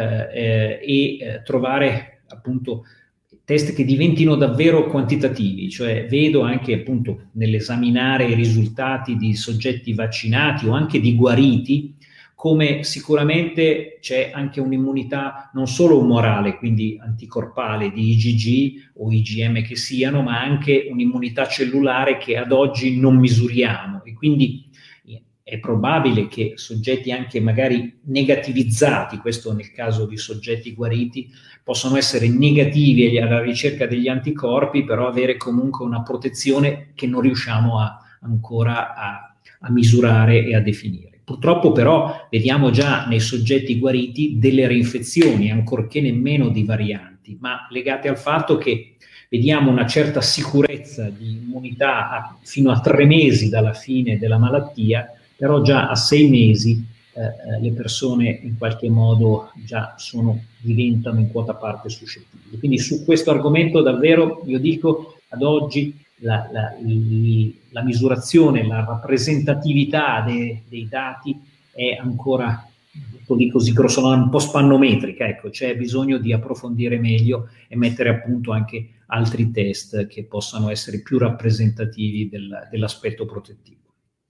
C: e trovare appunto test che diventino davvero quantitativi. Cioè vedo anche appunto nell'esaminare i risultati di soggetti vaccinati o anche di guariti come sicuramente c'è anche un'immunità non solo umorale, quindi anticorpale di IgG o IgM che siano, ma anche un'immunità cellulare che ad oggi non misuriamo, e quindi è probabile che soggetti anche magari negativizzati, questo nel caso di soggetti guariti, possono essere negativi alla ricerca degli anticorpi, però avere comunque una protezione che non riusciamo ancora a misurare e a definire. Purtroppo però vediamo già nei soggetti guariti delle reinfezioni, ancorché nemmeno di varianti, ma legate al fatto che vediamo una certa sicurezza di immunità fino a 3 mesi dalla fine della malattia, però già a 6 mesi le persone in qualche modo già diventano in quota parte suscettibili. Quindi su questo argomento davvero io dico ad oggi la misurazione, la rappresentatività dei dati è ancora così grossolana, un po' spannometrica, ecco, c'è bisogno di approfondire meglio e mettere a punto anche altri test che possano essere più rappresentativi dell'aspetto protettivo.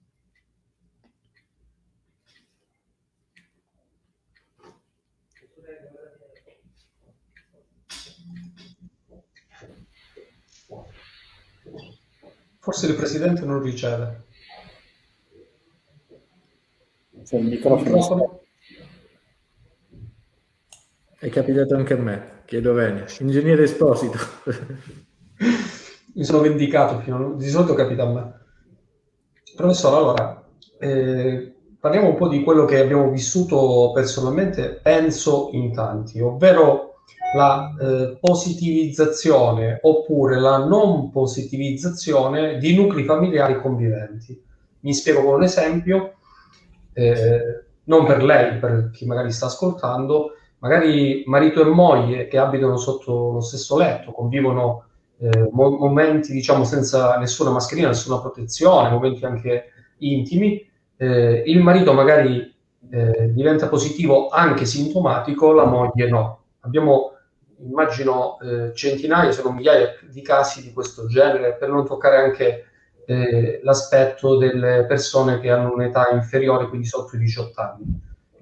D: Forse il Presidente non riceve.
E: C'è il microfono.
A: È capitato anche a me, chiedo bene. Ingegnere Esposito.
D: Mi sono vendicato, di solito capita a me. Professore, allora, parliamo un po' di quello che abbiamo vissuto personalmente, penso in tanti, ovvero la positivizzazione oppure la non positivizzazione di nuclei familiari conviventi. Mi spiego con un esempio, non per lei, per chi magari sta ascoltando, magari marito e moglie che abitano sotto lo stesso letto, convivono momenti, diciamo, senza nessuna mascherina, nessuna protezione, momenti anche intimi, il marito magari diventa positivo anche sintomatico, la moglie no. Abbiamo, immagino, centinaia, se non migliaia di casi di questo genere, per non toccare anche l'aspetto delle persone che hanno un'età inferiore, quindi sotto i 18 anni.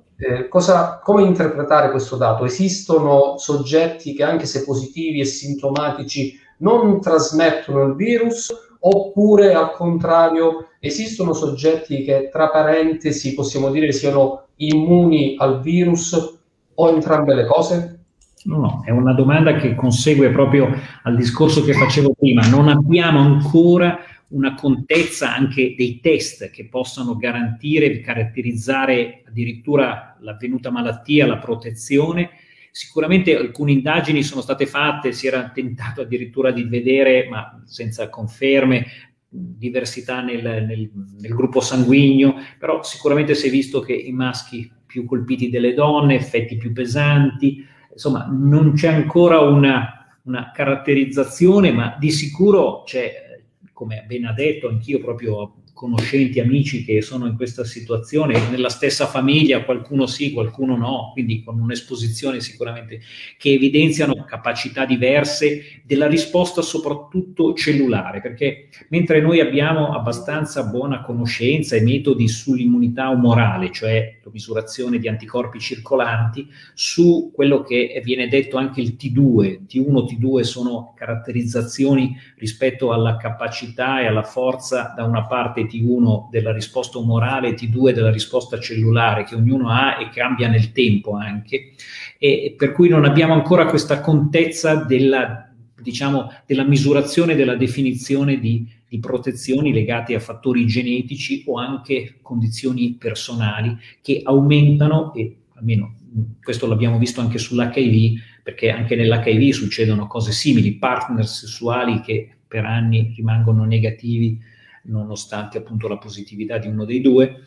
D: Come interpretare questo dato? Esistono soggetti che, anche se positivi e sintomatici, non trasmettono il virus, oppure al contrario esistono soggetti che, tra parentesi, possiamo dire siano immuni al virus, o entrambe le cose?
C: No, è una domanda che consegue proprio al discorso che facevo prima. Non abbiamo ancora una contezza anche dei test che possano garantire, caratterizzare addirittura l'avvenuta malattia, la protezione. Sicuramente alcune indagini sono state fatte, si era tentato addirittura di vedere, ma senza conferme, diversità nel gruppo sanguigno, però sicuramente si è visto che i maschi più colpiti delle donne, effetti più pesanti, insomma non c'è ancora una caratterizzazione, ma di sicuro c'è, come ben ha detto, anch'io proprio conoscenti, amici che sono in questa situazione, nella stessa famiglia, qualcuno sì, qualcuno no, quindi con un'esposizione sicuramente che evidenziano capacità diverse della risposta soprattutto cellulare, perché mentre noi abbiamo abbastanza buona conoscenza e metodi sull'immunità umorale, cioè la misurazione di anticorpi circolanti, su quello che viene detto anche il T2, T1, T2 sono caratterizzazioni rispetto alla capacità e alla forza da una parte T1 della risposta umorale, T2 della risposta cellulare che ognuno ha e cambia nel tempo anche, e per cui non abbiamo ancora questa contezza della misurazione, della definizione di protezioni legate a fattori genetici o anche condizioni personali che aumentano, e almeno questo l'abbiamo visto anche sull'HIV, perché anche nell'HIV succedono cose simili, partner sessuali che per anni rimangono negativi nonostante appunto la positività di uno dei due,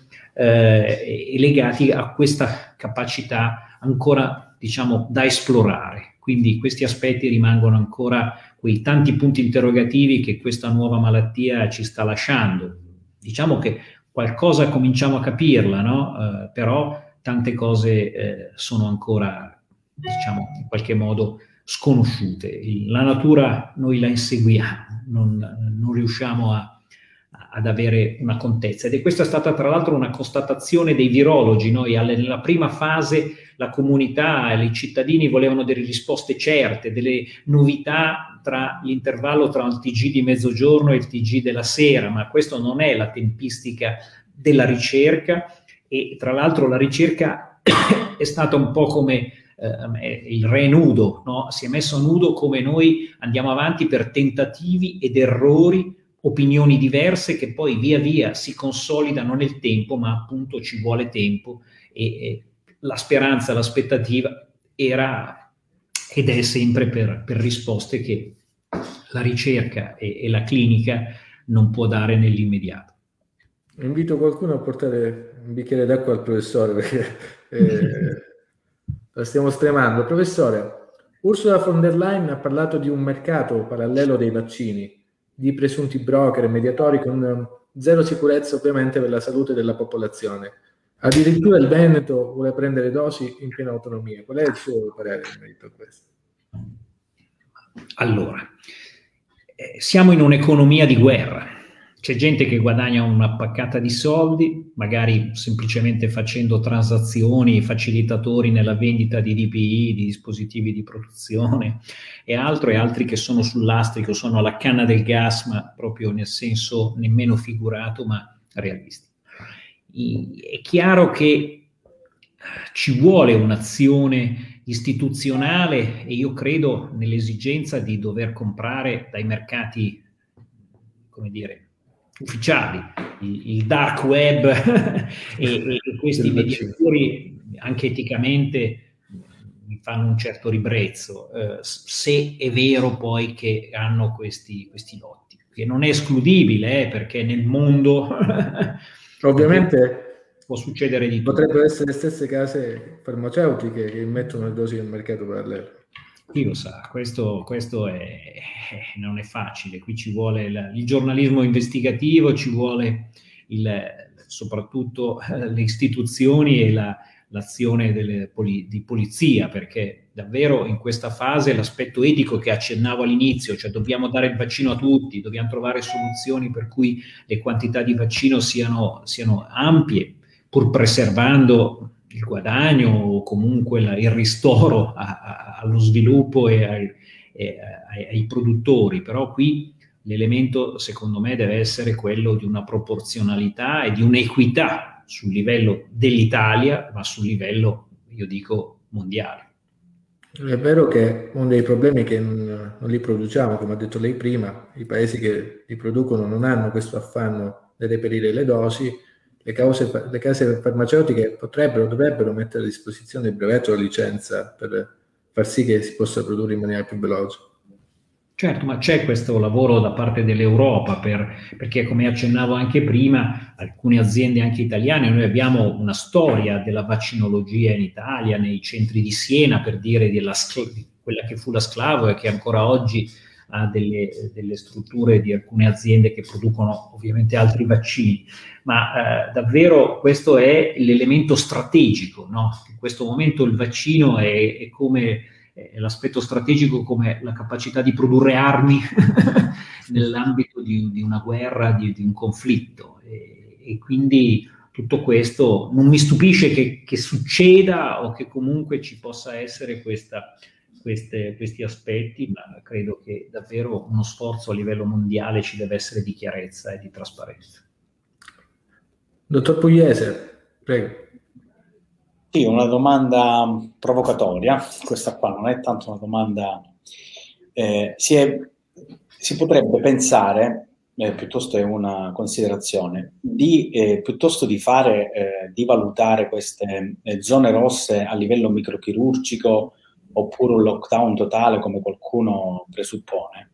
C: e legati a questa capacità ancora, diciamo, da esplorare. Quindi questi aspetti rimangono ancora quei tanti punti interrogativi che questa nuova malattia ci sta lasciando. Diciamo che qualcosa cominciamo a capirla, no? Però tante cose sono ancora, diciamo, in qualche modo sconosciute. La natura noi la inseguiamo, non riusciamo ad avere una contezza, ed è questa stata tra l'altro una constatazione dei virologi. Noi nella prima fase la comunità e i cittadini volevano delle risposte certe, delle novità tra l'intervallo tra il TG di mezzogiorno e il TG della sera, ma questo non è la tempistica della ricerca, e tra l'altro la ricerca è stata un po' come il re nudo, no? Si è messo a nudo come noi andiamo avanti per tentativi ed errori, opinioni diverse che poi via via si consolidano nel tempo, ma appunto ci vuole tempo, e la speranza, l'aspettativa era ed è sempre per risposte che la ricerca e la clinica non può dare nell'immediato.
A: Invito qualcuno a portare un bicchiere d'acqua al professore, perché la stiamo stremando. Professore, Ursula von der Leyen ha parlato di un mercato parallelo dei vaccini, di presunti broker e mediatori con zero sicurezza ovviamente per la salute della popolazione. Addirittura il Veneto vuole prendere dosi in piena autonomia. Qual è il suo parere in merito a questo?
C: Allora, siamo in un'economia di guerra. C'è gente che guadagna una paccata di soldi, magari semplicemente facendo transazioni, facilitatori nella vendita di DPI, di dispositivi di produzione e altri che sono sul lastrico, sono alla canna del gas, ma proprio nel senso nemmeno figurato, ma realistico. È chiaro che ci vuole un'azione istituzionale e io credo nell'esigenza di dover comprare dai mercati, come dire, ufficiali, il dark web e questi mediatori anche eticamente mi fanno un certo ribrezzo, se è vero poi che hanno questi lotti, che non è escludibile, perché nel mondo
A: ovviamente
C: può succedere di tutto.
A: Potrebbero essere le stesse case farmaceutiche che immettono le dosi nel mercato parallelo.
C: Chi lo sa, questo non è facile, qui ci vuole il giornalismo investigativo, ci vuole soprattutto le istituzioni e l'azione di polizia, perché davvero in questa fase l'aspetto etico che accennavo all'inizio, cioè dobbiamo dare il vaccino a tutti, dobbiamo trovare soluzioni per cui le quantità di vaccino siano ampie, pur preservando il guadagno o comunque il ristoro allo sviluppo e ai produttori, però qui l'elemento secondo me deve essere quello di una proporzionalità e di un'equità sul livello dell'Italia, ma sul livello, io dico, mondiale.
A: È vero che uno dei problemi è che non li produciamo, come ha detto lei prima, i paesi che li producono non hanno questo affanno di reperire le dosi. Le case farmaceutiche dovrebbero mettere a disposizione il brevetto o la licenza per far sì che si possa produrre in maniera più veloce.
C: Certo, ma c'è questo lavoro da parte dell'Europa perché, come accennavo anche prima, alcune aziende anche italiane, noi abbiamo una storia della vaccinologia in Italia, nei centri di Siena, per dire, di quella che fu la Sclavo e che ancora oggi ha delle strutture di alcune aziende che producono ovviamente altri vaccini, ma davvero questo è l'elemento strategico, no? In questo momento il vaccino è come l'aspetto strategico, come la capacità di produrre armi nell'ambito di una guerra, di un conflitto, e quindi tutto questo non mi stupisce che succeda o che comunque ci possa essere questi aspetti, ma credo che davvero uno sforzo a livello mondiale ci deve essere di chiarezza e di trasparenza.
A: Dottor Pugliese, prego.
E: Sì, una domanda provocatoria, questa qua non è tanto una domanda, si potrebbe pensare, piuttosto è una considerazione, piuttosto di valutare queste zone rosse a livello microchirurgico oppure un lockdown totale come qualcuno presuppone,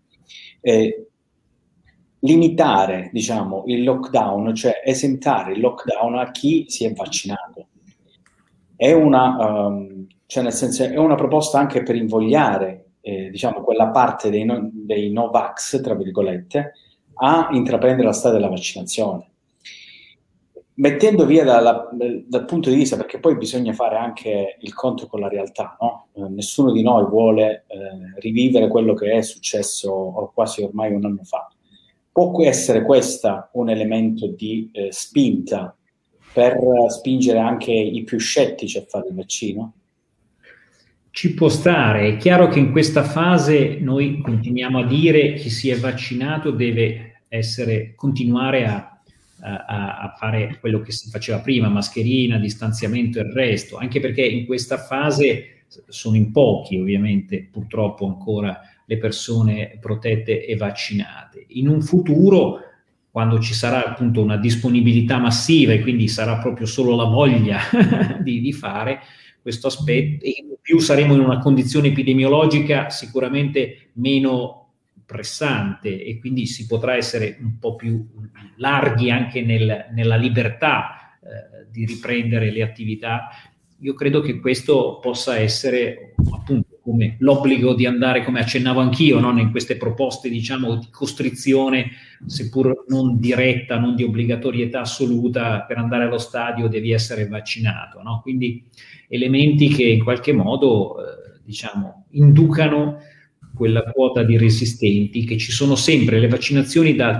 E: limitare, diciamo, il lockdown, cioè esentare il lockdown a chi si è vaccinato. È cioè nel senso, è una proposta anche per invogliare, diciamo, quella parte dei Novax, tra virgolette, a intraprendere la strada della vaccinazione. Mettendo via dal punto di vista, perché poi bisogna fare anche il conto con la realtà, no? Nessuno di noi vuole rivivere quello che è successo quasi ormai un anno fa. Può essere questa un elemento di spinta per spingere anche i più scettici a fare il vaccino?
C: Ci può stare. È chiaro che in questa fase noi continuiamo a dire chi si è vaccinato deve continuare a fare quello che si faceva prima, mascherina, distanziamento e il resto, anche perché in questa fase sono in pochi ovviamente purtroppo ancora le persone protette e vaccinate. In un futuro, quando ci sarà appunto una disponibilità massiva e quindi sarà proprio solo la voglia di fare questo aspetto, e in più saremo in una condizione epidemiologica sicuramente meno pressante, e quindi si potrà essere un po' più larghi anche nella libertà di riprendere le attività. Io credo che questo possa essere appunto come l'obbligo di andare, come accennavo anch'io, no? In queste proposte, diciamo, di costrizione, seppur non diretta, non di obbligatorietà assoluta, per andare allo stadio devi essere vaccinato, no? Quindi elementi che in qualche modo diciamo inducano quella quota di resistenti che ci sono sempre. Le vaccinazioni da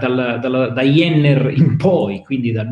C: Jenner in poi, quindi dal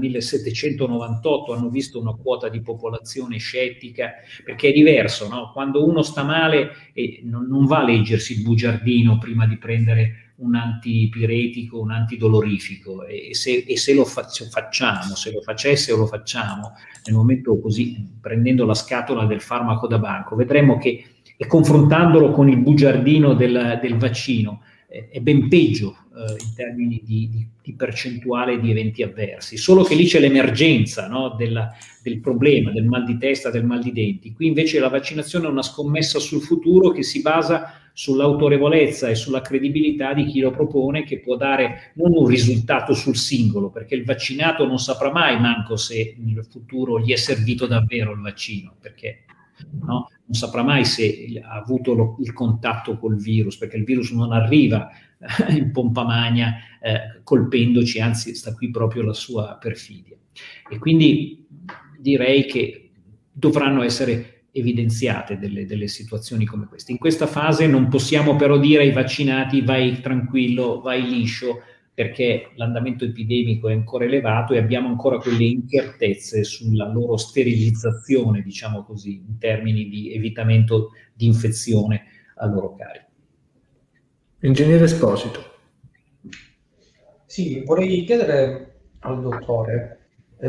C: 1798, hanno visto una quota di popolazione scettica, perché è diverso, no? Quando uno sta male non va a leggersi il bugiardino prima di prendere un antipiretico, un antidolorifico, e se lo facciamo, se lo facesse o lo facciamo nel momento così, prendendo la scatola del farmaco da banco, vedremo che, e confrontandolo con il bugiardino del vaccino, è ben peggio in termini di percentuale di eventi avversi, solo che lì c'è l'emergenza, no? del problema, del mal di testa, del mal di denti. Qui invece la vaccinazione è una scommessa sul futuro che si basa sull'autorevolezza e sulla credibilità di chi lo propone, che può dare non un risultato sul singolo, perché il vaccinato non saprà mai manco se nel futuro gli è servito davvero il vaccino, perché no? Non saprà mai se ha avuto il contatto col virus, perché il virus non arriva in pompa magna colpendoci, anzi sta qui proprio la sua perfidia. E quindi direi che dovranno essere evidenziate delle situazioni come queste. In questa fase non possiamo però dire ai vaccinati vai tranquillo, vai liscio, perché l'andamento epidemico è ancora elevato e abbiamo ancora quelle incertezze sulla loro sterilizzazione, diciamo così, in termini di evitamento di infezione a loro carico.
A: Ingegnere Esposito.
D: Sì, vorrei chiedere al dottore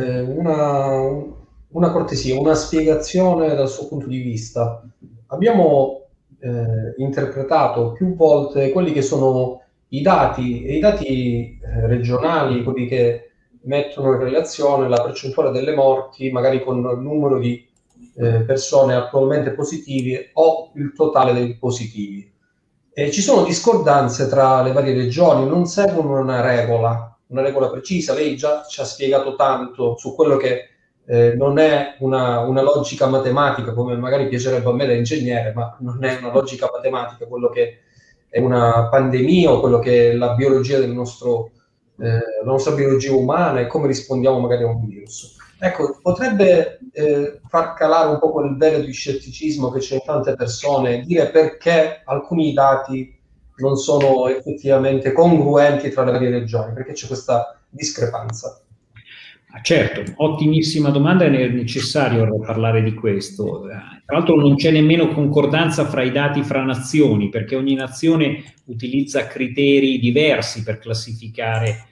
D: una cortesia, una spiegazione dal suo punto di vista. Abbiamo interpretato più volte quelli che sono i dati regionali, quelli che mettono in relazione la percentuale delle morti, magari con il numero di persone attualmente positivi o il totale dei positivi. Ci sono discordanze tra le varie regioni, non servono una regola precisa. Lei già ci ha spiegato tanto su quello che non è una logica matematica, come magari piacerebbe a me da ingegnere, ma non è una logica matematica quello che è una pandemia o quello che è la biologia la nostra biologia umana e come rispondiamo magari a un virus. Ecco, potrebbe far calare un po' quel velo di scetticismo che c'è in tante persone, dire perché alcuni dati non sono effettivamente congruenti tra le varie regioni, perché c'è questa discrepanza.
C: Certo, ottimissima domanda, è necessario parlare di questo. Tra l'altro non c'è nemmeno concordanza fra i dati fra nazioni, perché ogni nazione utilizza criteri diversi per classificare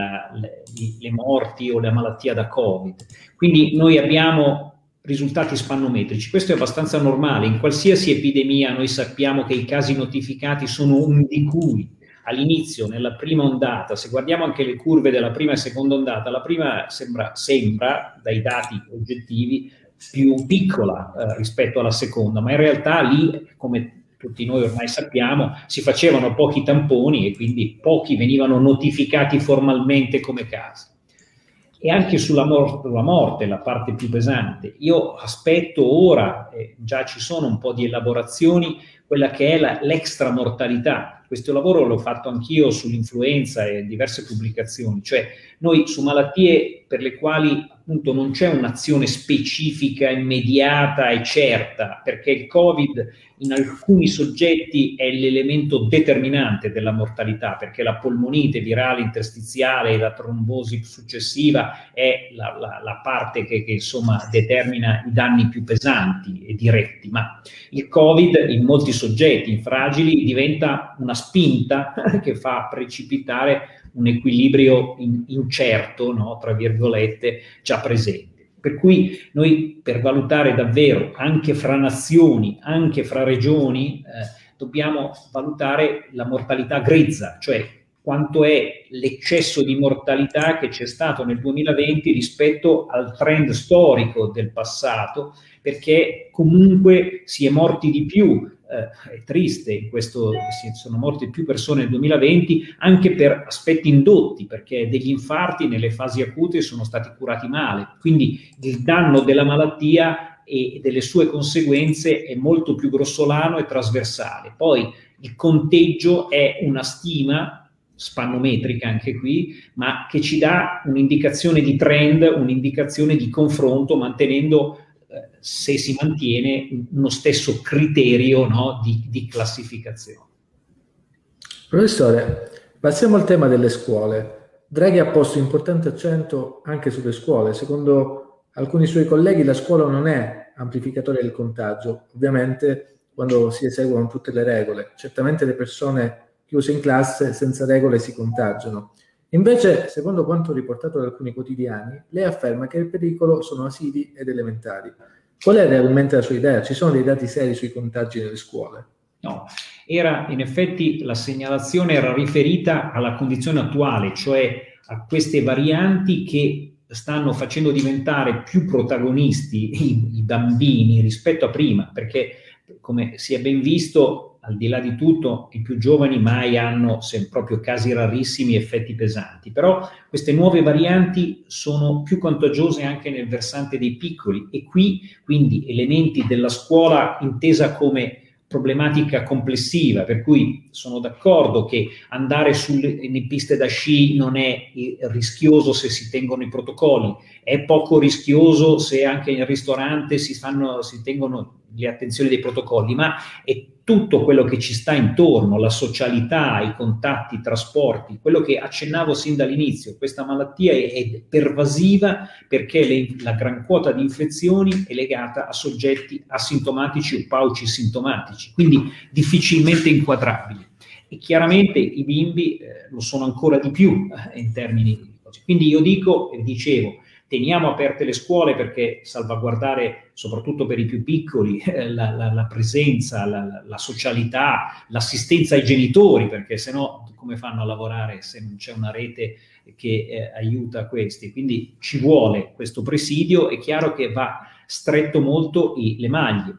C: le morti o la malattia da Covid. Quindi noi abbiamo risultati spannometrici. Questo è abbastanza normale. In qualsiasi epidemia noi sappiamo che i casi notificati sono un di cui. All'inizio, nella prima ondata, se guardiamo anche le curve della prima e seconda ondata, la prima sembra dai dati oggettivi più piccola rispetto alla seconda, ma in realtà lì, come tutti noi ormai sappiamo, si facevano pochi tamponi e quindi pochi venivano notificati formalmente come casi. E anche sulla morte, la parte più pesante. Io aspetto ora, già ci sono un po' di elaborazioni, quella che è l'extramortalità. Questo lavoro l'ho fatto anch'io sull'influenza e diverse pubblicazioni, cioè noi su malattie per le quali appunto non c'è un'azione specifica, immediata e certa, perché il Covid in alcuni soggetti è l'elemento determinante della mortalità, perché la polmonite virale interstiziale e la trombosi successiva è la parte che insomma determina i danni più pesanti e diretti, ma il Covid in molti soggetti, in fragili, diventa una spinta che fa precipitare un equilibrio incerto, no, tra virgolette, già presente. Per cui noi, per valutare davvero anche fra nazioni, anche fra regioni, dobbiamo valutare la mortalità grezza, cioè quanto è l'eccesso di mortalità che c'è stato nel 2020 rispetto al trend storico del passato, perché comunque si è morti di più è triste, in questo sono morte più persone nel 2020 anche per aspetti indotti, perché degli infarti nelle fasi acute sono stati curati male, quindi il danno della malattia e delle sue conseguenze è molto più grossolano e trasversale. Poi il conteggio è una stima spannometrica anche qui, ma che ci dà un'indicazione di trend, un'indicazione di confronto, mantenendo, se si mantiene, uno stesso criterio, no, di classificazione.
A: Professore, passiamo al tema delle scuole. Draghi ha posto importante accento anche sulle scuole. Secondo alcuni suoi colleghi la scuola non è amplificatore del contagio, ovviamente quando si eseguono tutte le regole. Certamente le persone chiuse in classe senza regole si contagiano. Invece, secondo quanto riportato da alcuni quotidiani, lei afferma che il pericolo sono asili ed elementari. Qual è realmente la sua idea? Ci sono dei dati seri sui contagi nelle scuole?
C: No, in effetti la segnalazione era riferita alla condizione attuale, cioè a queste varianti che stanno facendo diventare più protagonisti i bambini rispetto a prima, perché come si è ben visto, al di là di tutto, i più giovani mai hanno, se proprio casi rarissimi, effetti pesanti. Però queste nuove varianti sono più contagiose anche nel versante dei piccoli, e qui quindi elementi della scuola intesa come problematica complessiva, per cui sono d'accordo che andare nelle piste da sci non è rischioso se si tengono i protocolli, è poco rischioso se anche nel ristorante si tengono le attenzioni dei protocolli, ma è tutto quello che ci sta intorno, la socialità, i contatti, i trasporti, quello che accennavo sin dall'inizio. Questa malattia è pervasiva perché la gran quota di infezioni è legata a soggetti asintomatici o paucisintomatici, quindi difficilmente inquadrabili. E chiaramente i bimbi lo sono ancora di più in termini di cose. Quindi io dicevo, teniamo aperte le scuole perché salvaguardare, soprattutto per i più piccoli, la presenza, la socialità, l'assistenza ai genitori, perché sennò come fanno a lavorare se non c'è una rete che aiuta questi? Quindi ci vuole questo presidio. È chiaro che va stretto molto le maglie,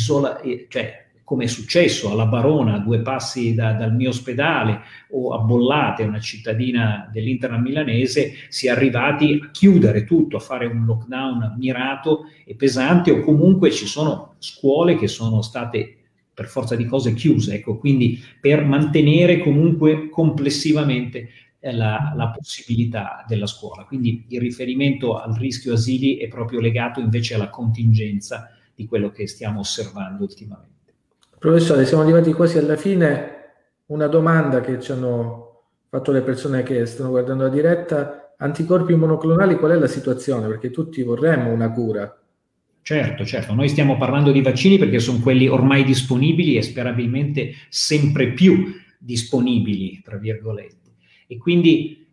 C: cioè come è successo alla Barona, a 2 passi dal mio ospedale, o a Bollate, una cittadina dell'Interland milanese, si è arrivati a chiudere tutto, a fare un lockdown mirato e pesante, o comunque ci sono scuole che sono state per forza di cose chiuse, ecco, quindi per mantenere comunque complessivamente la possibilità della scuola. Quindi il riferimento al rischio asili è proprio legato invece alla contingenza di quello che stiamo osservando ultimamente.
A: Professore, siamo arrivati quasi alla fine. Una domanda che ci hanno fatto le persone che stanno guardando la diretta: anticorpi monoclonali, qual è la situazione? Perché tutti vorremmo una cura.
C: Certo, noi stiamo parlando di vaccini perché sono quelli ormai disponibili e sperabilmente sempre più disponibili, tra virgolette. E quindi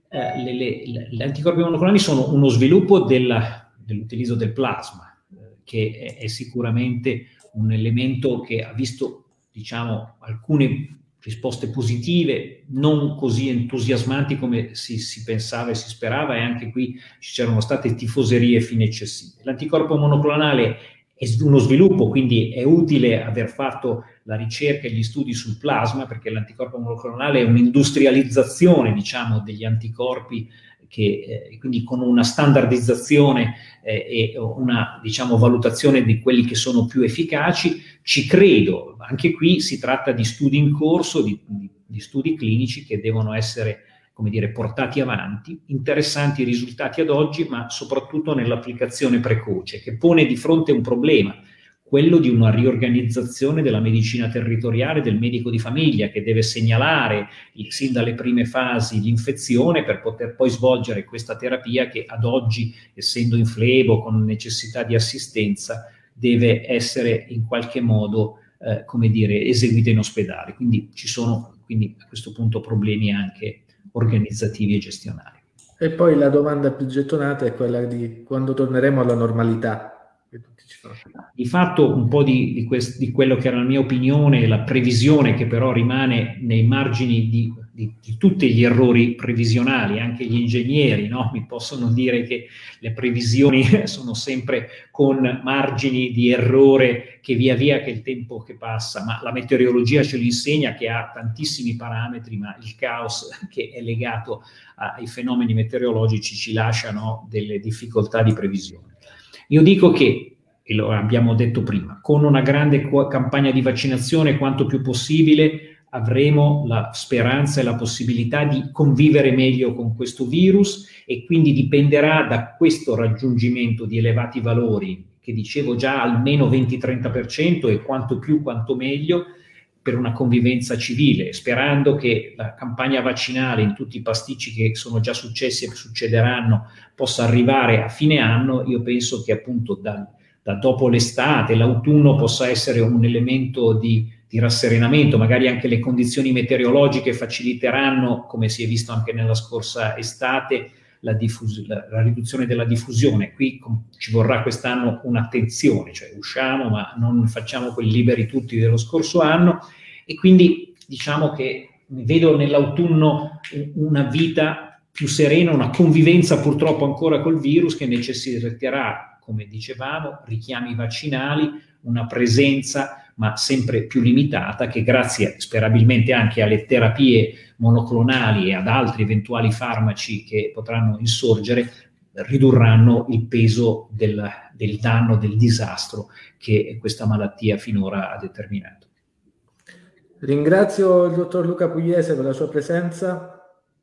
C: gli anticorpi monoclonali sono uno sviluppo dell'utilizzo del plasma, che è sicuramente un elemento che ha visto, diciamo, alcune risposte positive, non così entusiasmanti come si pensava e si sperava, e anche qui c'erano state tifoserie fine eccessive. L'anticorpo monoclonale è uno sviluppo, quindi è utile aver fatto la ricerca e gli studi sul plasma, perché l'anticorpo monoclonale è un'industrializzazione, diciamo, degli anticorpi, che quindi con una standardizzazione e una, diciamo, valutazione di quelli che sono più efficaci. Ci credo, anche qui si tratta di studi in corso, di studi clinici che devono essere, come dire, portati avanti. Interessanti i risultati ad oggi, ma soprattutto nell'applicazione precoce, che pone di fronte un problema, quello di una riorganizzazione della medicina territoriale, del medico di famiglia, che deve segnalare sin dalle prime fasi l'infezione per poter poi svolgere questa terapia che ad oggi, essendo in flebo, con necessità di assistenza, deve essere in qualche modo, come dire, eseguita in ospedale. Quindi ci sono a questo punto problemi anche organizzativi e gestionali.
A: E poi la domanda più gettonata è quella di quando torneremo alla normalità.
C: Di fatto un po' di quello che era la mia opinione, la previsione, che però rimane nei margini di di tutti gli errori previsionali. Anche gli ingegneri, no? Mi possono dire che le previsioni sono sempre con margini di errore che via via che il tempo che passa, ma la meteorologia ce lo insegna, che ha tantissimi parametri, ma il caos che è legato ai fenomeni meteorologici ci lasciano delle difficoltà di previsione. Io dico che, e lo abbiamo detto prima, con una grande campagna di vaccinazione quanto più possibile avremo la speranza e la possibilità di convivere meglio con questo virus, e quindi dipenderà da questo raggiungimento di elevati valori, che dicevo già almeno 20-30%, e quanto più quanto meglio, per una convivenza civile, sperando che la campagna vaccinale, in tutti i pasticci che sono già successi e succederanno, possa arrivare a fine anno. Io penso che appunto da dopo l'estate, l'autunno, possa essere un elemento di rasserenamento. Magari anche le condizioni meteorologiche faciliteranno, come si è visto anche nella scorsa estate, la riduzione della diffusione. Qui ci vorrà quest'anno un'attenzione, cioè usciamo ma non facciamo quei liberi tutti dello scorso anno, e quindi diciamo che vedo nell'autunno una vita più serena, una convivenza purtroppo ancora col virus, che necessiterà, come dicevamo, richiami vaccinali, una presenza ma sempre più limitata, che grazie sperabilmente anche alle terapie monoclonali e ad altri eventuali farmaci che potranno insorgere, ridurranno il peso del danno, del disastro che questa malattia finora ha determinato.
A: Ringrazio il dottor Luca Pugliese per la sua presenza.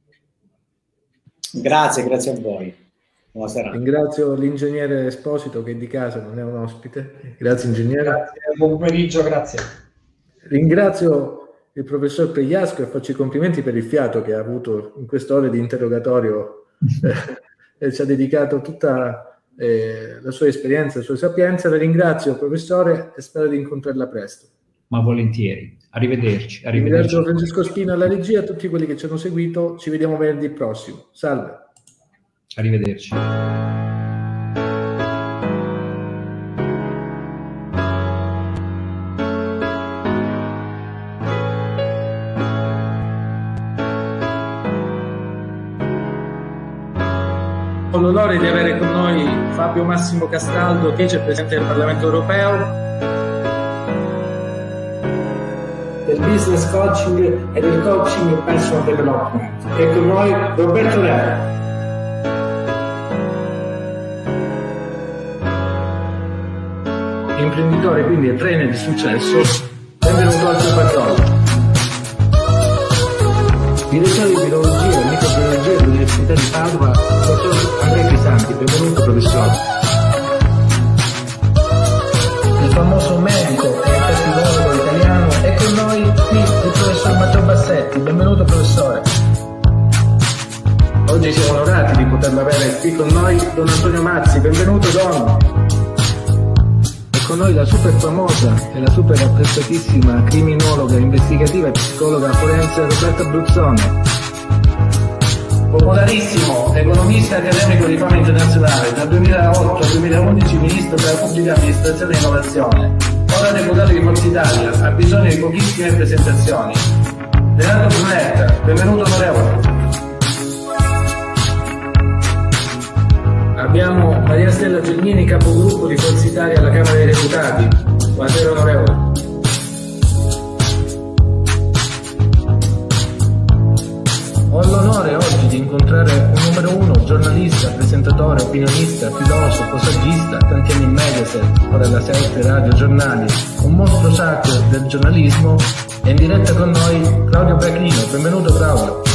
E: Grazie a voi. Buonasera.
A: Ringrazio l'ingegnere Esposito, che è di casa, non è un ospite. Grazie ingegnere.
D: Grazie, buon pomeriggio, grazie.
A: Ringrazio il professor Pregliasco e faccio i complimenti per il fiato che ha avuto in queste ore di interrogatorio. Ci ha dedicato tutta la sua esperienza, la sua sapienza. La ringrazio, professore, e spero di incontrarla presto.
C: Ma volentieri. Arrivederci.
A: Ringrazio Francesco Spina alla regia, a tutti quelli che ci hanno seguito. Ci vediamo venerdì prossimo. Salve.
C: Arrivederci.
A: Ho l'onore di avere con noi Fabio Massimo Castaldo, vicepresidente del Parlamento Europeo, del business coaching e del coaching personal development. E con noi Roberto Re. Imprenditore, quindi, e trainer di successo. Benvenuto al suo patrono. Direttore di virologia e microbiologia dell'Università di Padova, dottor Andrea Crisanti. Benvenuto, professore. Il famoso medico e tecnologo italiano è con noi qui il professor Matteo Bassetti. Benvenuto, professore. Oggi siamo onorati di poterlo avere qui con noi Don Antonio Mazzi. Benvenuto, Don. Con noi la super famosa e la super apprezzatissima criminologa, investigativa e psicologa forense Roberta Bruzzone. Popolarissimo, economista accademico di fama internazionale, dal 2008 al 2011 ministro della pubblica amministrazione e innovazione, ora deputato di Forza Italia, ha bisogno di pochissime presentazioni. Leonardo Brunetta, benvenuto onorevole. Abbiamo Maria Stella Gelmini, capogruppo di Forza Italia alla Camera dei Deputati. Buonasera onorevole. Ho l'onore oggi di incontrare un numero uno, giornalista, presentatore, opinionista, filosofo, saggista, tanti anni in Mediaset, ora da 7 radio, giornali, un mostro sacro del giornalismo. È in diretta con noi Claudio Bracchino. Benvenuto, Claudio.